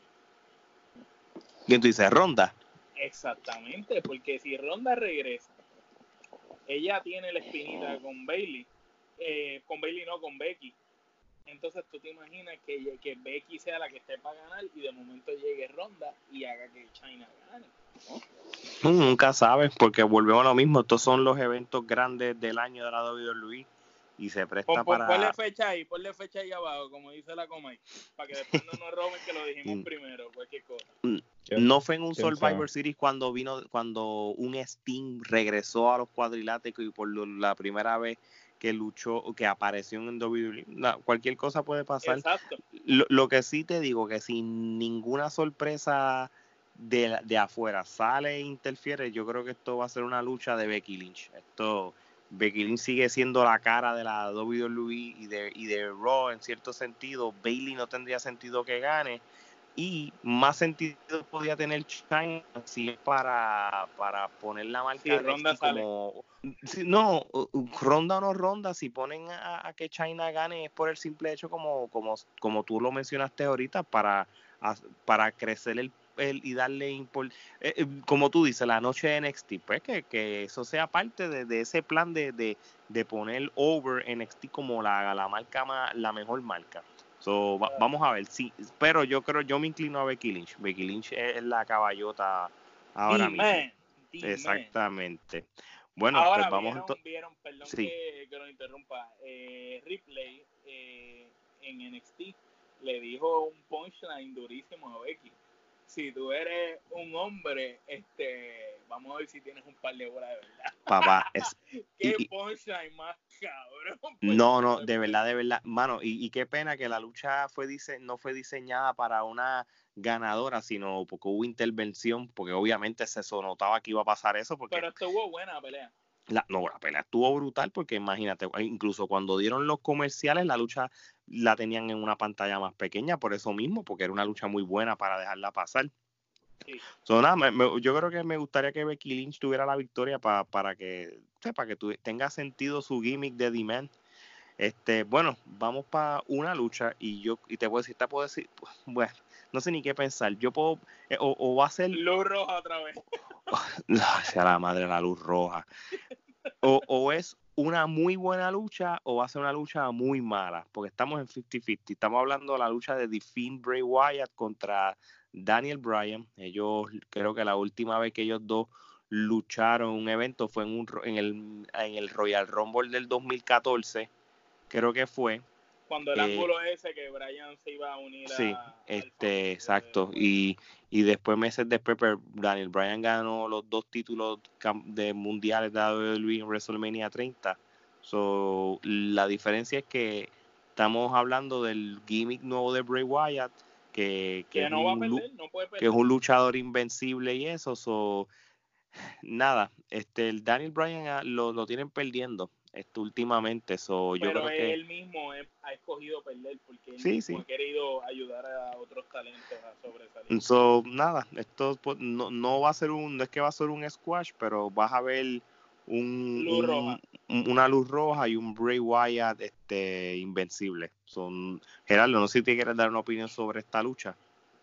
¿Quién tú dices? ¿Ronda?
Exactamente, porque si Ronda regresa, ella tiene la espinita con Bayley, eh, con Bayley no, con Becky. Entonces tú te imaginas que, que Becky sea la que esté para ganar y de momento llegue Ronda y haga que China gane.
¿No? Nunca sabes, porque volvemos a lo mismo. Estos son los eventos grandes del año de la W W E y se presta
pon, pon,
para...
Ponle fecha ahí, ponle fecha ahí abajo, como dice la Comay, para que después no nos roben que lo dijimos primero, cualquier cosa.
No fue en un Survivor Series cuando vino, cuando un Sting regresó a los cuadriláticos y por la primera vez que luchó, que apareció en W W E. No, cualquier cosa puede pasar.
Exacto.
Lo, lo que sí te digo, que sin ninguna sorpresa de, de afuera sale e interfiere, yo creo que esto va a ser una lucha de Becky Lynch. Esto, Becky Lynch sigue siendo la cara de la W W E y de, y de Raw en cierto sentido. Bayley no tendría sentido que gane. Y más sentido podría tener China si es para, para poner la marca
si
de
Ronda
N X T como... Si, no, Ronda o no Ronda, si ponen a, a que China gane es por el simple hecho como, como, como tú lo mencionaste ahorita, para, a, para crecer el, el y darle import, eh, como tú dices, la noche de N X T, pues que, que eso sea parte de, de ese plan de, de, de poner over N X T como la, la marca más, la mejor marca. So, va, vamos a ver, sí, pero yo creo, yo me inclino a Becky Lynch. Becky Lynch es la caballota ahora mismo.
Man,
exactamente. Man. Bueno,
ahora
pues vamos
vieron,
a...
vieron, perdón
sí.
que, que lo interrumpa, eh, Ripley eh, en N X T le dijo un punchline durísimo a Becky. Si tú eres un hombre, este, vamos a ver si tienes un par de bolas de verdad.
Papá, es...
Qué
y,
punchline más cabrón.
No, no, de verdad, de verdad. Mano, y, y qué pena que la lucha fue dise no fue diseñada para una ganadora, sino porque hubo intervención, porque obviamente se notaba que iba a pasar eso. Porque
pero estuvo buena la pelea.
La, no, la pelea estuvo brutal porque imagínate, incluso cuando dieron los comerciales, la lucha la tenían en una pantalla más pequeña, por eso mismo, porque era una lucha muy buena para dejarla pasar.
Sí.
So, nada, me, me, yo creo que me gustaría que Becky Lynch tuviera la victoria pa, para que, o sea, para que tu, tenga sentido su gimmick de Demand. Este, bueno, vamos para una lucha y yo y te puedo decir, te puedo decir, bueno, no sé ni qué pensar. Yo puedo, eh, o, o va a ser
luz roja otra vez.
Sea la madre la luz roja. O, o es una muy buena lucha o va a ser una lucha muy mala, porque estamos en cincuenta cincuenta. Estamos hablando de la lucha de The Fiend Bray Wyatt contra Daniel Bryan. Ellos, creo que la última vez que ellos dos lucharon en un evento fue en, un, en, el, en el Royal Rumble del dos mil catorce, creo que fue.
Cuando el eh, ángulo ese que Bryan se iba a unir
sí,
a...
este, exacto. Y, y después, meses después, Daniel Bryan ganó los dos títulos de mundiales de W W E en WrestleMania treinta. So, la diferencia es que estamos hablando del gimmick nuevo de Bray Wyatt, que, que,
que
es,
no
un,
va a perder, no puede perder.
que es un luchador invencible y eso. So, nada, este, el Daniel Bryan lo, lo tienen perdiendo. Esto últimamente, so, yo
pero
creo que
él mismo ha escogido perder porque él
sí,
mismo
sí.
ha querido ayudar a otros talentos a sobresalir.
So, nada, esto no, no va a ser un, no es que va a ser un squash, pero vas a ver un,
luz
un,
roja.
un una luz roja y un Bray Wyatt este, invencible. Son, Gerardo, no sé si te quieres dar una opinión sobre esta lucha.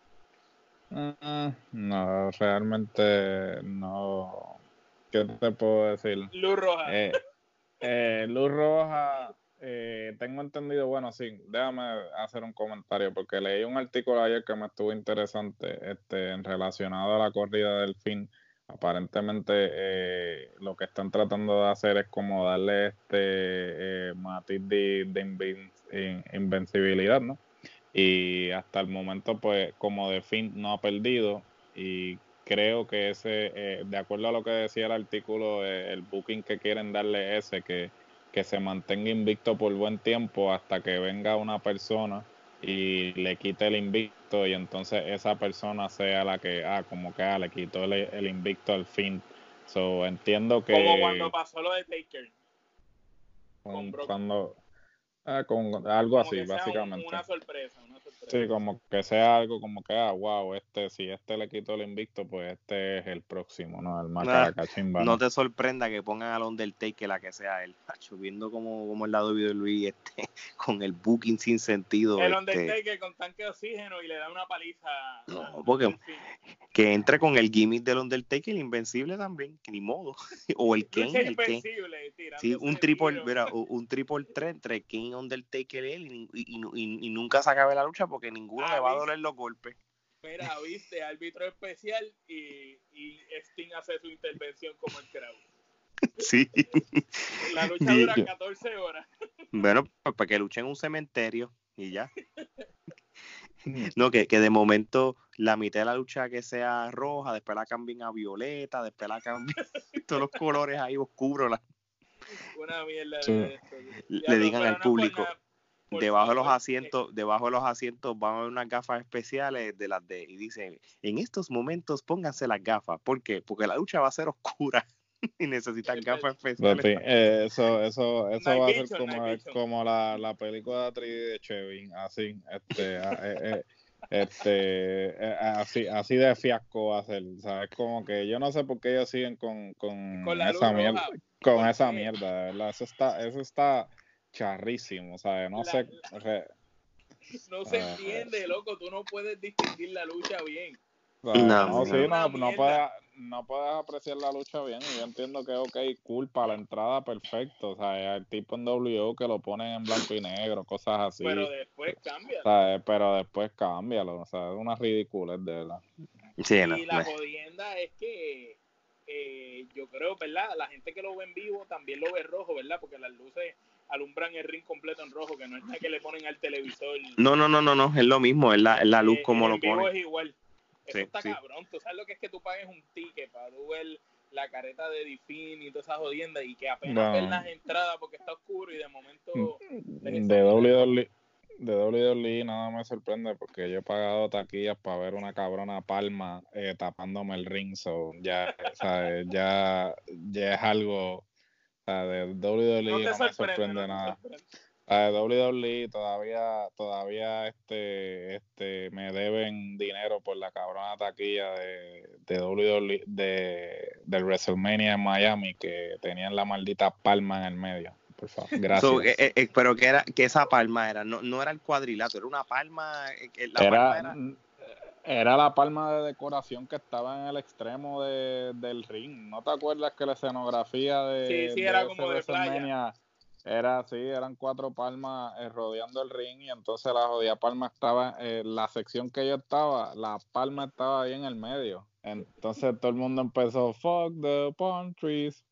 Uh, no, realmente no. ¿Qué te puedo decir?
Luz roja.
Eh, eh, luz roja, eh, tengo entendido, bueno, sí, déjame hacer un comentario, porque leí un artículo ayer que me estuvo interesante, este, relacionado a la corrida del fin. Aparentemente eh, lo que están tratando de hacer es como darle este eh, matiz de, de invin- invencibilidad, ¿no? Y hasta el momento, pues, como The Fiend no ha perdido, y creo que ese, eh, de acuerdo a lo que decía el artículo, eh, el booking que quieren darle ese, que, que se mantenga invicto por buen tiempo hasta que venga una persona y le quite el invicto, y entonces esa persona sea la que, ah, como que ah, le quitó el, el invicto al Fiend. So, entiendo que...
Como cuando pasó lo de Taker.
Con, con cuando... Ah, con algo
como
así,
que sea
básicamente.
Un, una sorpresa, una sorpresa.
Sí, como que sea algo como que, ah, wow, este, si este le quitó el invicto, pues este es el próximo, ¿no? El Macaracachimba,
¿no?
¿no?
te sorprenda que pongan al Undertaker la que sea él. Tacho, viendo como, como el lado de W W E este, con el booking sin sentido.
El
este...
Undertaker con tanque de oxígeno y le da una paliza.
No,
a,
porque
a
que entre con el gimmick del Undertaker, invencible también, ni modo. O el Kane, el Kane. Sí, un triple, mira, un triple tres entre Kane, Undertaker y él, y, y, y, y nunca se acabe la lucha porque ninguno ah, le va a doler los golpes.
Mira, viste, árbitro especial y, y Sting hace su intervención como el crowd.
Sí.
La lucha dura catorce horas.
Bueno, pues para que luche en un cementerio y ya. No, que, que de momento la mitad de la lucha que sea roja, después la cambien a violeta, después la cambien todos los colores ahí oscuros. La...
Una mierda
sí.
de esto.
Le
Ya,
digan al
no
público,
nada,
debajo
favor,
de los asientos, eh, debajo de los asientos van a haber unas gafas especiales de las de, y dicen, en estos momentos pónganse las gafas. ¿Por qué? Porque la lucha va a ser oscura y necesitan es gafas especiales.
Fin, eh, eso, eso, eso va a ser como, como la, la película de de Chevin, así, este, eh, eh, este, eh, así, así de fiasco va a ser, ¿sabes? Como que yo no sé por qué ellos siguen con, con,
con
esa mierda, con esa qué? mierda, de verdad, eso está, eso está charrísimo, ¿sabes? No la, sé.
La, re, no se uh, entiende, loco, tú no puedes distinguir la lucha bien.
O sea, no, no, sí, no, no, puede, no puedes apreciar la lucha bien. Y yo entiendo que, ok, cool, para la entrada, perfecto. O sea, el tipo en W O que lo ponen en blanco y negro, cosas así.
Pero después cambia.
Pero después cámbialo. O sea, es una ridiculez, de verdad.
Sí,
y
no,
la
no.
jodienda es que eh, yo creo, ¿verdad? La gente que lo ve en vivo también lo ve rojo, ¿verdad? Porque las luces alumbran el ring completo en rojo, que no es nada que le ponen al televisor.
No, no, no, no, no, es lo mismo, es la, es la luz
eh,
como
en
lo
vivo
pone.
es igual. Eso
Sí,
está
sí.
cabrón. ¿Tú sabes lo que es que tú pagues un ticket para tú ver la careta de Define y todas esas jodiendas y que apenas
Bueno.
ves las entradas porque está oscuro y de momento ves
De
esa
W
mierda?
W E, de W W E nada me sorprende porque yo he pagado taquillas para ver una cabrona palma eh, tapándome el ring, so ya, ¿sabes? ya, ya es algo, o sea, de W W E
No te
no me
sorprende,
sorprende
no te
nada.
sorprende.
A de W W E todavía, todavía este, este, me deben dinero por la cabrona taquilla de, de W W E, de, del WrestleMania en Miami, que tenían la maldita palma en el medio. Por favor, gracias.
So, eh, eh, pero que era que esa palma era, no, no era el cuadrilátero, era una palma, eh, la
era,
palma era...
era la palma de decoración que estaba en el extremo de, del ring. ¿No te acuerdas que la escenografía de,
Sí, sí,
de
era
ese
como de
WrestleMania
playa.
era así? Eran cuatro palmas eh, rodeando el ring y entonces la jodida palma estaba, eh, la sección que yo estaba, la palma estaba ahí en el medio. Entonces todo el mundo empezó, fuck the palm trees.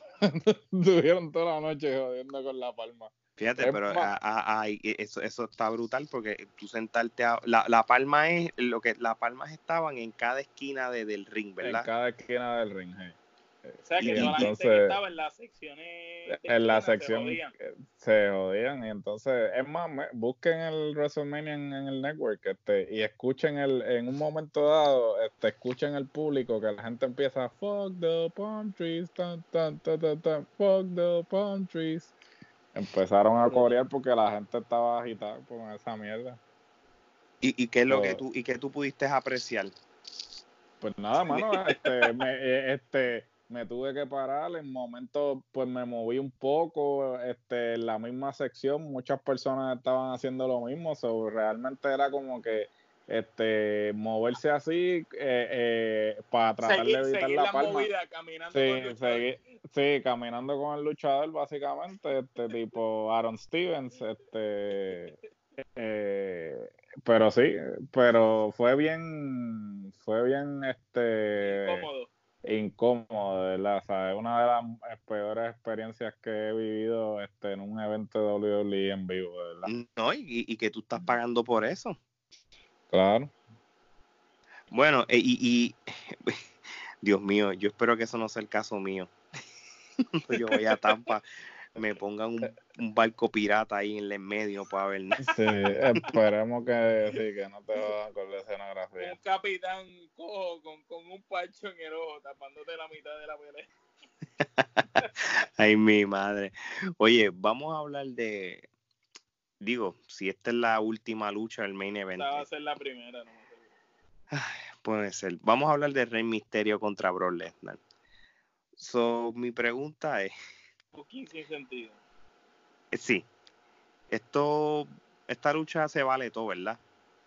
Estuvieron toda la noche jodiendo con la palma.
Fíjate,
Es
pero
más,
a, a, a, eso, eso está brutal porque tú sentarte a, la, la palma es lo que las palmas estaban en cada esquina de, del ring, ¿verdad?
en cada esquina del ring. Hey.
O sea que
Y-
toda la
y-
gente que estaba en las secciones de
en la
esquina se
sección
jodían.
eh, se jodían y entonces es más me- busquen el WrestleMania en, en el network este y escuchen el en un momento dado este escuchen el público que la gente empieza fuck the palm trees tan, tan, tan, tan, tan, fuck the palm trees, empezaron a corear porque la gente estaba agitada con esa mierda.
¿Y, y qué es lo
So,
que tú y qué tú pudiste apreciar?
pues nada, mano, este, me, eh, este, me tuve que parar, en momentos pues me moví un poco, este, en la misma sección, muchas personas estaban haciendo lo mismo, so, realmente era como que este, moverse así eh, eh, para tratar
Seguir,
de evitar
seguir
la
la
palma.
movida caminando
Sí,
con el luchador.
segui- sí, caminando con el luchador básicamente, este tipo Aaron Stevens, este... Eh, pero sí, pero fue bien, fue bien, este,
Incómodo.
incómodo, de verdad, o sea, es una de las peores experiencias que he vivido, este, en un evento de W W E en vivo, de verdad.
No, y, y que tú estás pagando por eso.
Claro.
Bueno, eh, y, y Dios mío, yo espero que eso no sea el caso mío. Yo voy a Tampa, me pongan un, un barco pirata ahí en el medio para ver nada.
Sí, esperemos que sí, que no te jodan con la escenografía.
Un capitán cojo con, con un parcho en el ojo tapándote la mitad de la pelea.
Ay, mi madre. Oye, vamos a hablar de, digo, si esta es la última lucha del main event.
Esta va a ser la primera, no me acuerdo.
Ay, puede ser. Vamos a hablar de Rey Mysterio contra Brock Lesnar. So, mi pregunta es,
Fucking sin sentido.
eh, sí, esto, esta lucha se vale todo, ¿verdad?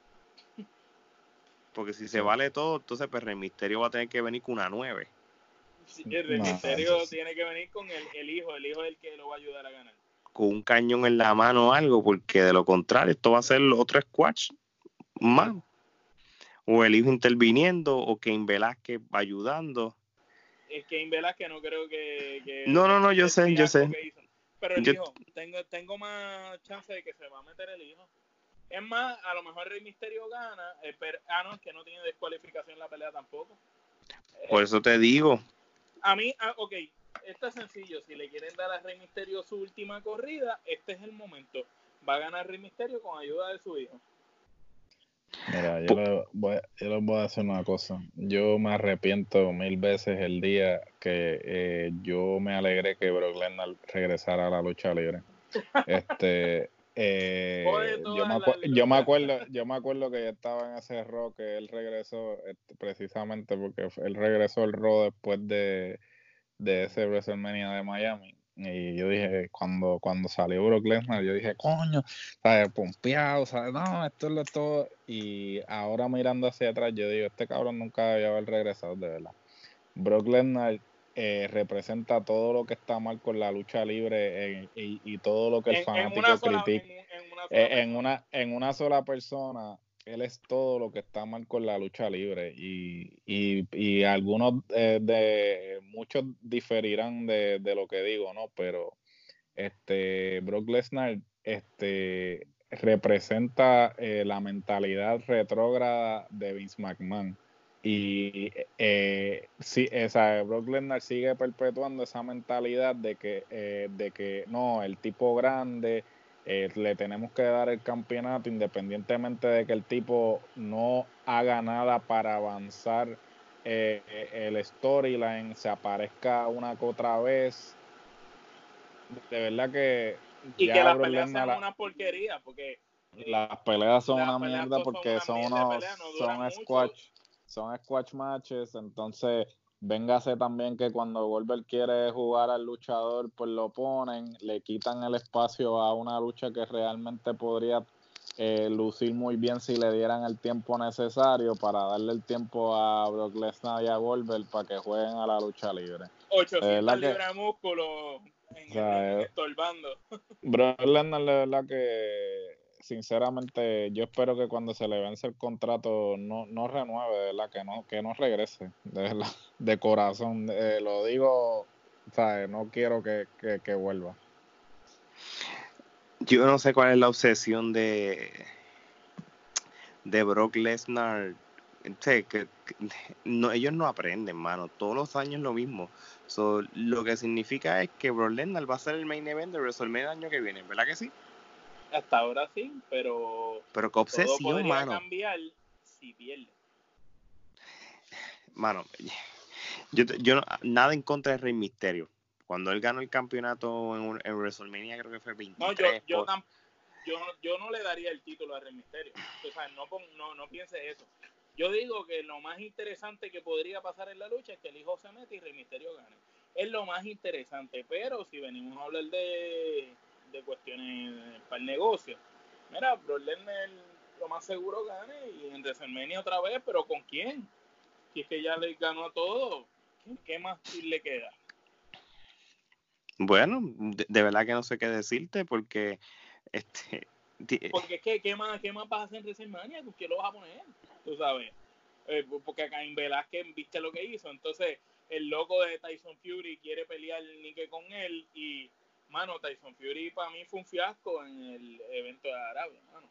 Porque si se
Sí.
vale todo, entonces pues Rey Mysterio va a tener que venir con una nueve.
Sí, el Rey
No,
Mysterio
entonces-
tiene que venir con el, el hijo, el hijo es el que lo va a ayudar a ganar.
Con un cañón en la mano o algo, porque de lo contrario, esto va a ser otro squash más. O el hijo interviniendo, o Cain Velázquez ayudando.
Es que en Velázquez no creo que, que
No, no, no, yo
el
sé, yo
fiasco
sé.
que hizo. Pero el
Yo-
hijo, tengo, tengo más chance de que se va a meter el hijo. Es más, a lo mejor Rey Mysterio gana, eh, pero, ah, no, es que no tiene descualificación en la pelea tampoco.
Por eso te digo.
A mí, ah, ok, esto es sencillo. Si le quieren dar a Rey Mysterio su última corrida, este es el momento. Va a ganar Rey Mysterio con ayuda de su hijo.
Mira, yo les voy, yo les voy a decir una cosa. Yo me arrepiento mil veces el día que eh, yo me alegré que Brock Lesnar regresara a la lucha libre. Este, eh, yo, me acu- yo me acuerdo, yo me acuerdo que yo estaba en ese Raw que él regresó, este, precisamente porque él regresó el Raw después de, de ese WrestleMania de Miami. Y yo dije, cuando, cuando salió Brock Lesnar, yo dije, coño, ¿sabes? Pompeado, ¿sabes? No, esto es lo todo. Y ahora mirando hacia atrás, yo digo, este cabrón nunca debió haber regresado, de verdad. Brock Lesnar eh, representa todo lo que está mal con la lucha libre eh, y, y todo lo que el
En, en una
fanático
sola,
critica.
en, en una sola
Eh, en,
persona.
una, en una sola persona, él es todo lo que está mal con la lucha libre. Y, y, y algunos eh, de muchos diferirán de, de lo que digo, ¿no? Pero este Brock Lesnar este, representa eh, la mentalidad retrógrada de Vince McMahon. Y eh, sí, esa, Brock Lesnar sigue perpetuando esa mentalidad de que, eh, de que no, el tipo grande, eh, le tenemos que dar el campeonato independientemente de que el tipo no haga nada para avanzar eh, el storyline, se aparezca una que otra vez. De verdad que
Y que
ya
las
Brock
peleas
Lesnar,
sean
la,
una porquería, porque eh,
las peleas son
las
una
peleas
mierda
son
porque
una
son
mierda de
unos,
peleas, no duran
son
mucho.
squash, son squash matches, entonces véngase también que cuando Goldberg quiere jugar al luchador, pues lo ponen, le quitan el espacio a una lucha que realmente podría eh, lucir muy bien si le dieran el tiempo necesario para darle el tiempo a Brock Lesnar y a Goldberg para que jueguen a la lucha libre.
ochocientas
De
libras de músculo en
o
el ring
sea,
estorbando.
Brock Lesnar, de verdad que, sinceramente, yo espero que cuando se le vence el contrato no, no renueve, de verdad, que no, que no regrese, de verdad, de corazón, eh, lo digo, ¿sabes? No quiero que, que, que vuelva.
Yo no sé cuál es la obsesión de, de Brock Lesnar. Sé que, que no, ellos no aprenden, mano. Todos los años lo mismo. So, lo que significa es que Brock Lesnar va a ser el main event de WrestleMania el año que viene, ¿verdad que sí?
Hasta ahora sí, pero
Pero qué
todo
obsesión,
podría
mano.
cambiar si pierde.
Mano, yo, yo no- nada en contra de Rey Mysterio. Cuando él ganó el campeonato en, un- en WrestleMania, creo que fue
No, yo,
veintitrés.
yo,
Por,
tam, yo, yo no le daría el título a Rey Mysterio. O sea, no, no, no pienses eso. Yo digo que lo más interesante que podría pasar en la lucha es que el hijo se mete y Rey Mysterio gane. Es lo más interesante, pero si venimos a hablar de, de cuestiones para el negocio, mira, Brock Lesnar lo más seguro gane y en WrestleMania otra vez, pero ¿con quién? Si es que ya le ganó a todo, ¿qué, qué más le queda?
bueno, de, de verdad que no sé qué decirte porque este
Porque es que, ¿qué más, qué más vas a hacer en WrestleMania? ¿Con quién lo vas a poner? Tú sabes. Eh, porque acá en Velázquez viste lo que hizo. Entonces, el loco de Tyson Fury quiere pelear Nike con él. Y, mano, Tyson Fury para mí fue un fiasco en el evento de Arabia, mano.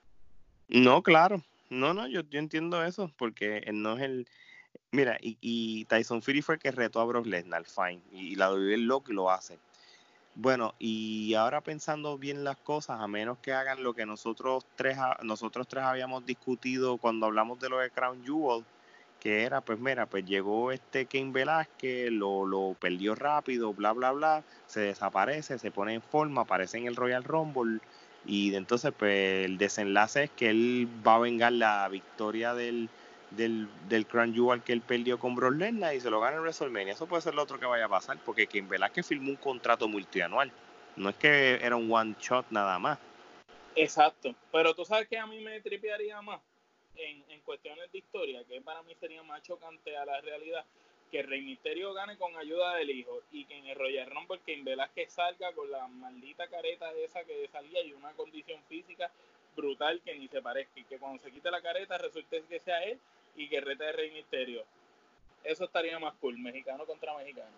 No, claro. No, no, yo, yo entiendo eso, porque él no es el... Mira, y, y Tyson Fury fue el que retó a Brock Lesnar, fine, y, y la W W E es loco y lo hace. Bueno, y ahora pensando bien las cosas, a menos que hagan lo que nosotros tres, nosotros tres habíamos discutido cuando hablamos de lo de Crown Jewel, que era, pues mira, pues llegó este Cain Velázquez, lo, lo perdió rápido, bla, bla, bla, se desaparece, se pone en forma, aparece en el Royal Rumble, y de entonces pues el desenlace es que él va a vengar la victoria del, del, del Crown Jewel que él perdió con Brock Lesnar y se lo gana en WrestleMania. Eso puede ser lo otro que vaya a pasar, porque Cain Velázquez firmó un contrato multianual, no es que era un one shot nada más.
Exacto, pero tú sabes que a mí me tripearía más en, en cuestiones de historia, que para mí sería más chocante a la realidad, que Rey Mysterio gane con ayuda del hijo y que en el Royal Rumble que en Velázquez salga con la maldita careta esa que salía y una condición física brutal que ni se parezca, y que cuando se quite la careta resulte que sea él y que rete de Rey Mysterio. Eso estaría más cool, mexicano contra mexicano.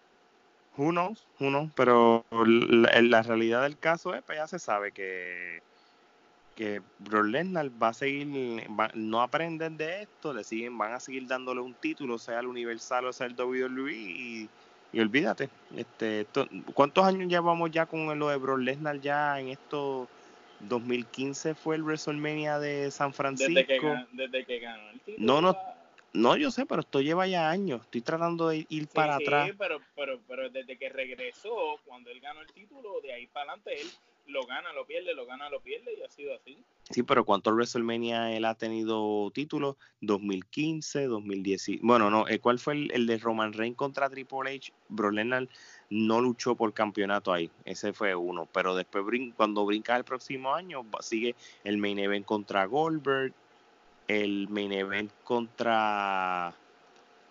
Who knows, who knows, pero la, la realidad del caso es, pues ya se sabe que que Brock Lesnar va a seguir, va, no aprenden de esto, le siguen, van a seguir dándole un título, sea el Universal o sea el W W E, y, y olvídate, este, esto, ¿cuántos años llevamos ya con lo de Brock Lesnar ya en esto? dos mil quince fue el WrestleMania de San Francisco.
Desde que, ganó, desde que ganó el título.
No, no, no, yo sé, pero esto lleva ya años, estoy tratando de ir
sí,
para
sí,
atrás.
pero, pero, pero desde que regresó, cuando él ganó el título, de ahí para adelante él lo gana, lo pierde, lo gana, lo pierde y ha sido así.
Sí, pero ¿cuántos WrestleMania él ha tenido títulos? dos mil quince, dos mil diez. Bueno, no, ¿cuál fue el, el de Roman Reigns contra Triple H? Brock Lesnar no luchó por campeonato ahí, ese fue uno. Pero después, brin cuando brinca el próximo año, sigue el main event contra Goldberg, el main event contra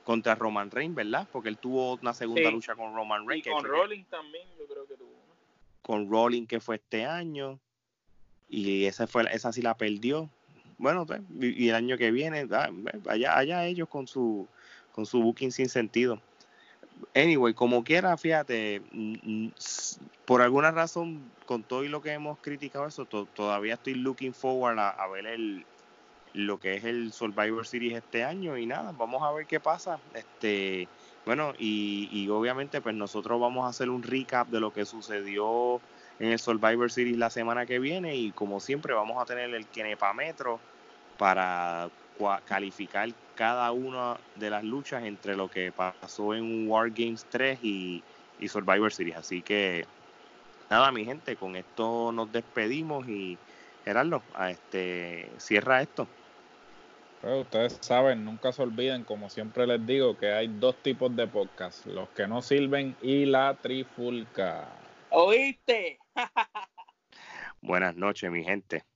contra Roman Reigns, ¿verdad? Porque él tuvo una segunda
Sí.
lucha con Roman Reigns.
Y con Rollins también, yo creo que tuvo.
Con Rollins, que fue este año. Y esa fue esa sí la perdió. Bueno, pues, y, y el año que viene, ah, allá, allá ellos con su con su booking sin sentido. Anyway, como quiera, fíjate, mm, por alguna razón, con todo y lo que hemos criticado eso, to, todavía estoy looking forward a, a ver el lo que es el Survivor Series este año y nada, vamos a ver qué pasa. Este, bueno, y, y obviamente pues nosotros vamos a hacer un recap de lo que sucedió en el Survivor Series la semana que viene y como siempre vamos a tener el Kenepametro para cua- calificar cada una de las luchas entre lo que pasó en War Games tres y, y Survivor Series. Así que nada, mi gente, con esto nos despedimos y Gerardo, a este, cierra esto.
Pues ustedes saben, nunca se olviden, como siempre les digo, que hay dos tipos de podcast, los que no sirven y la trifulca.
¿Oíste?
Buenas noches, mi gente.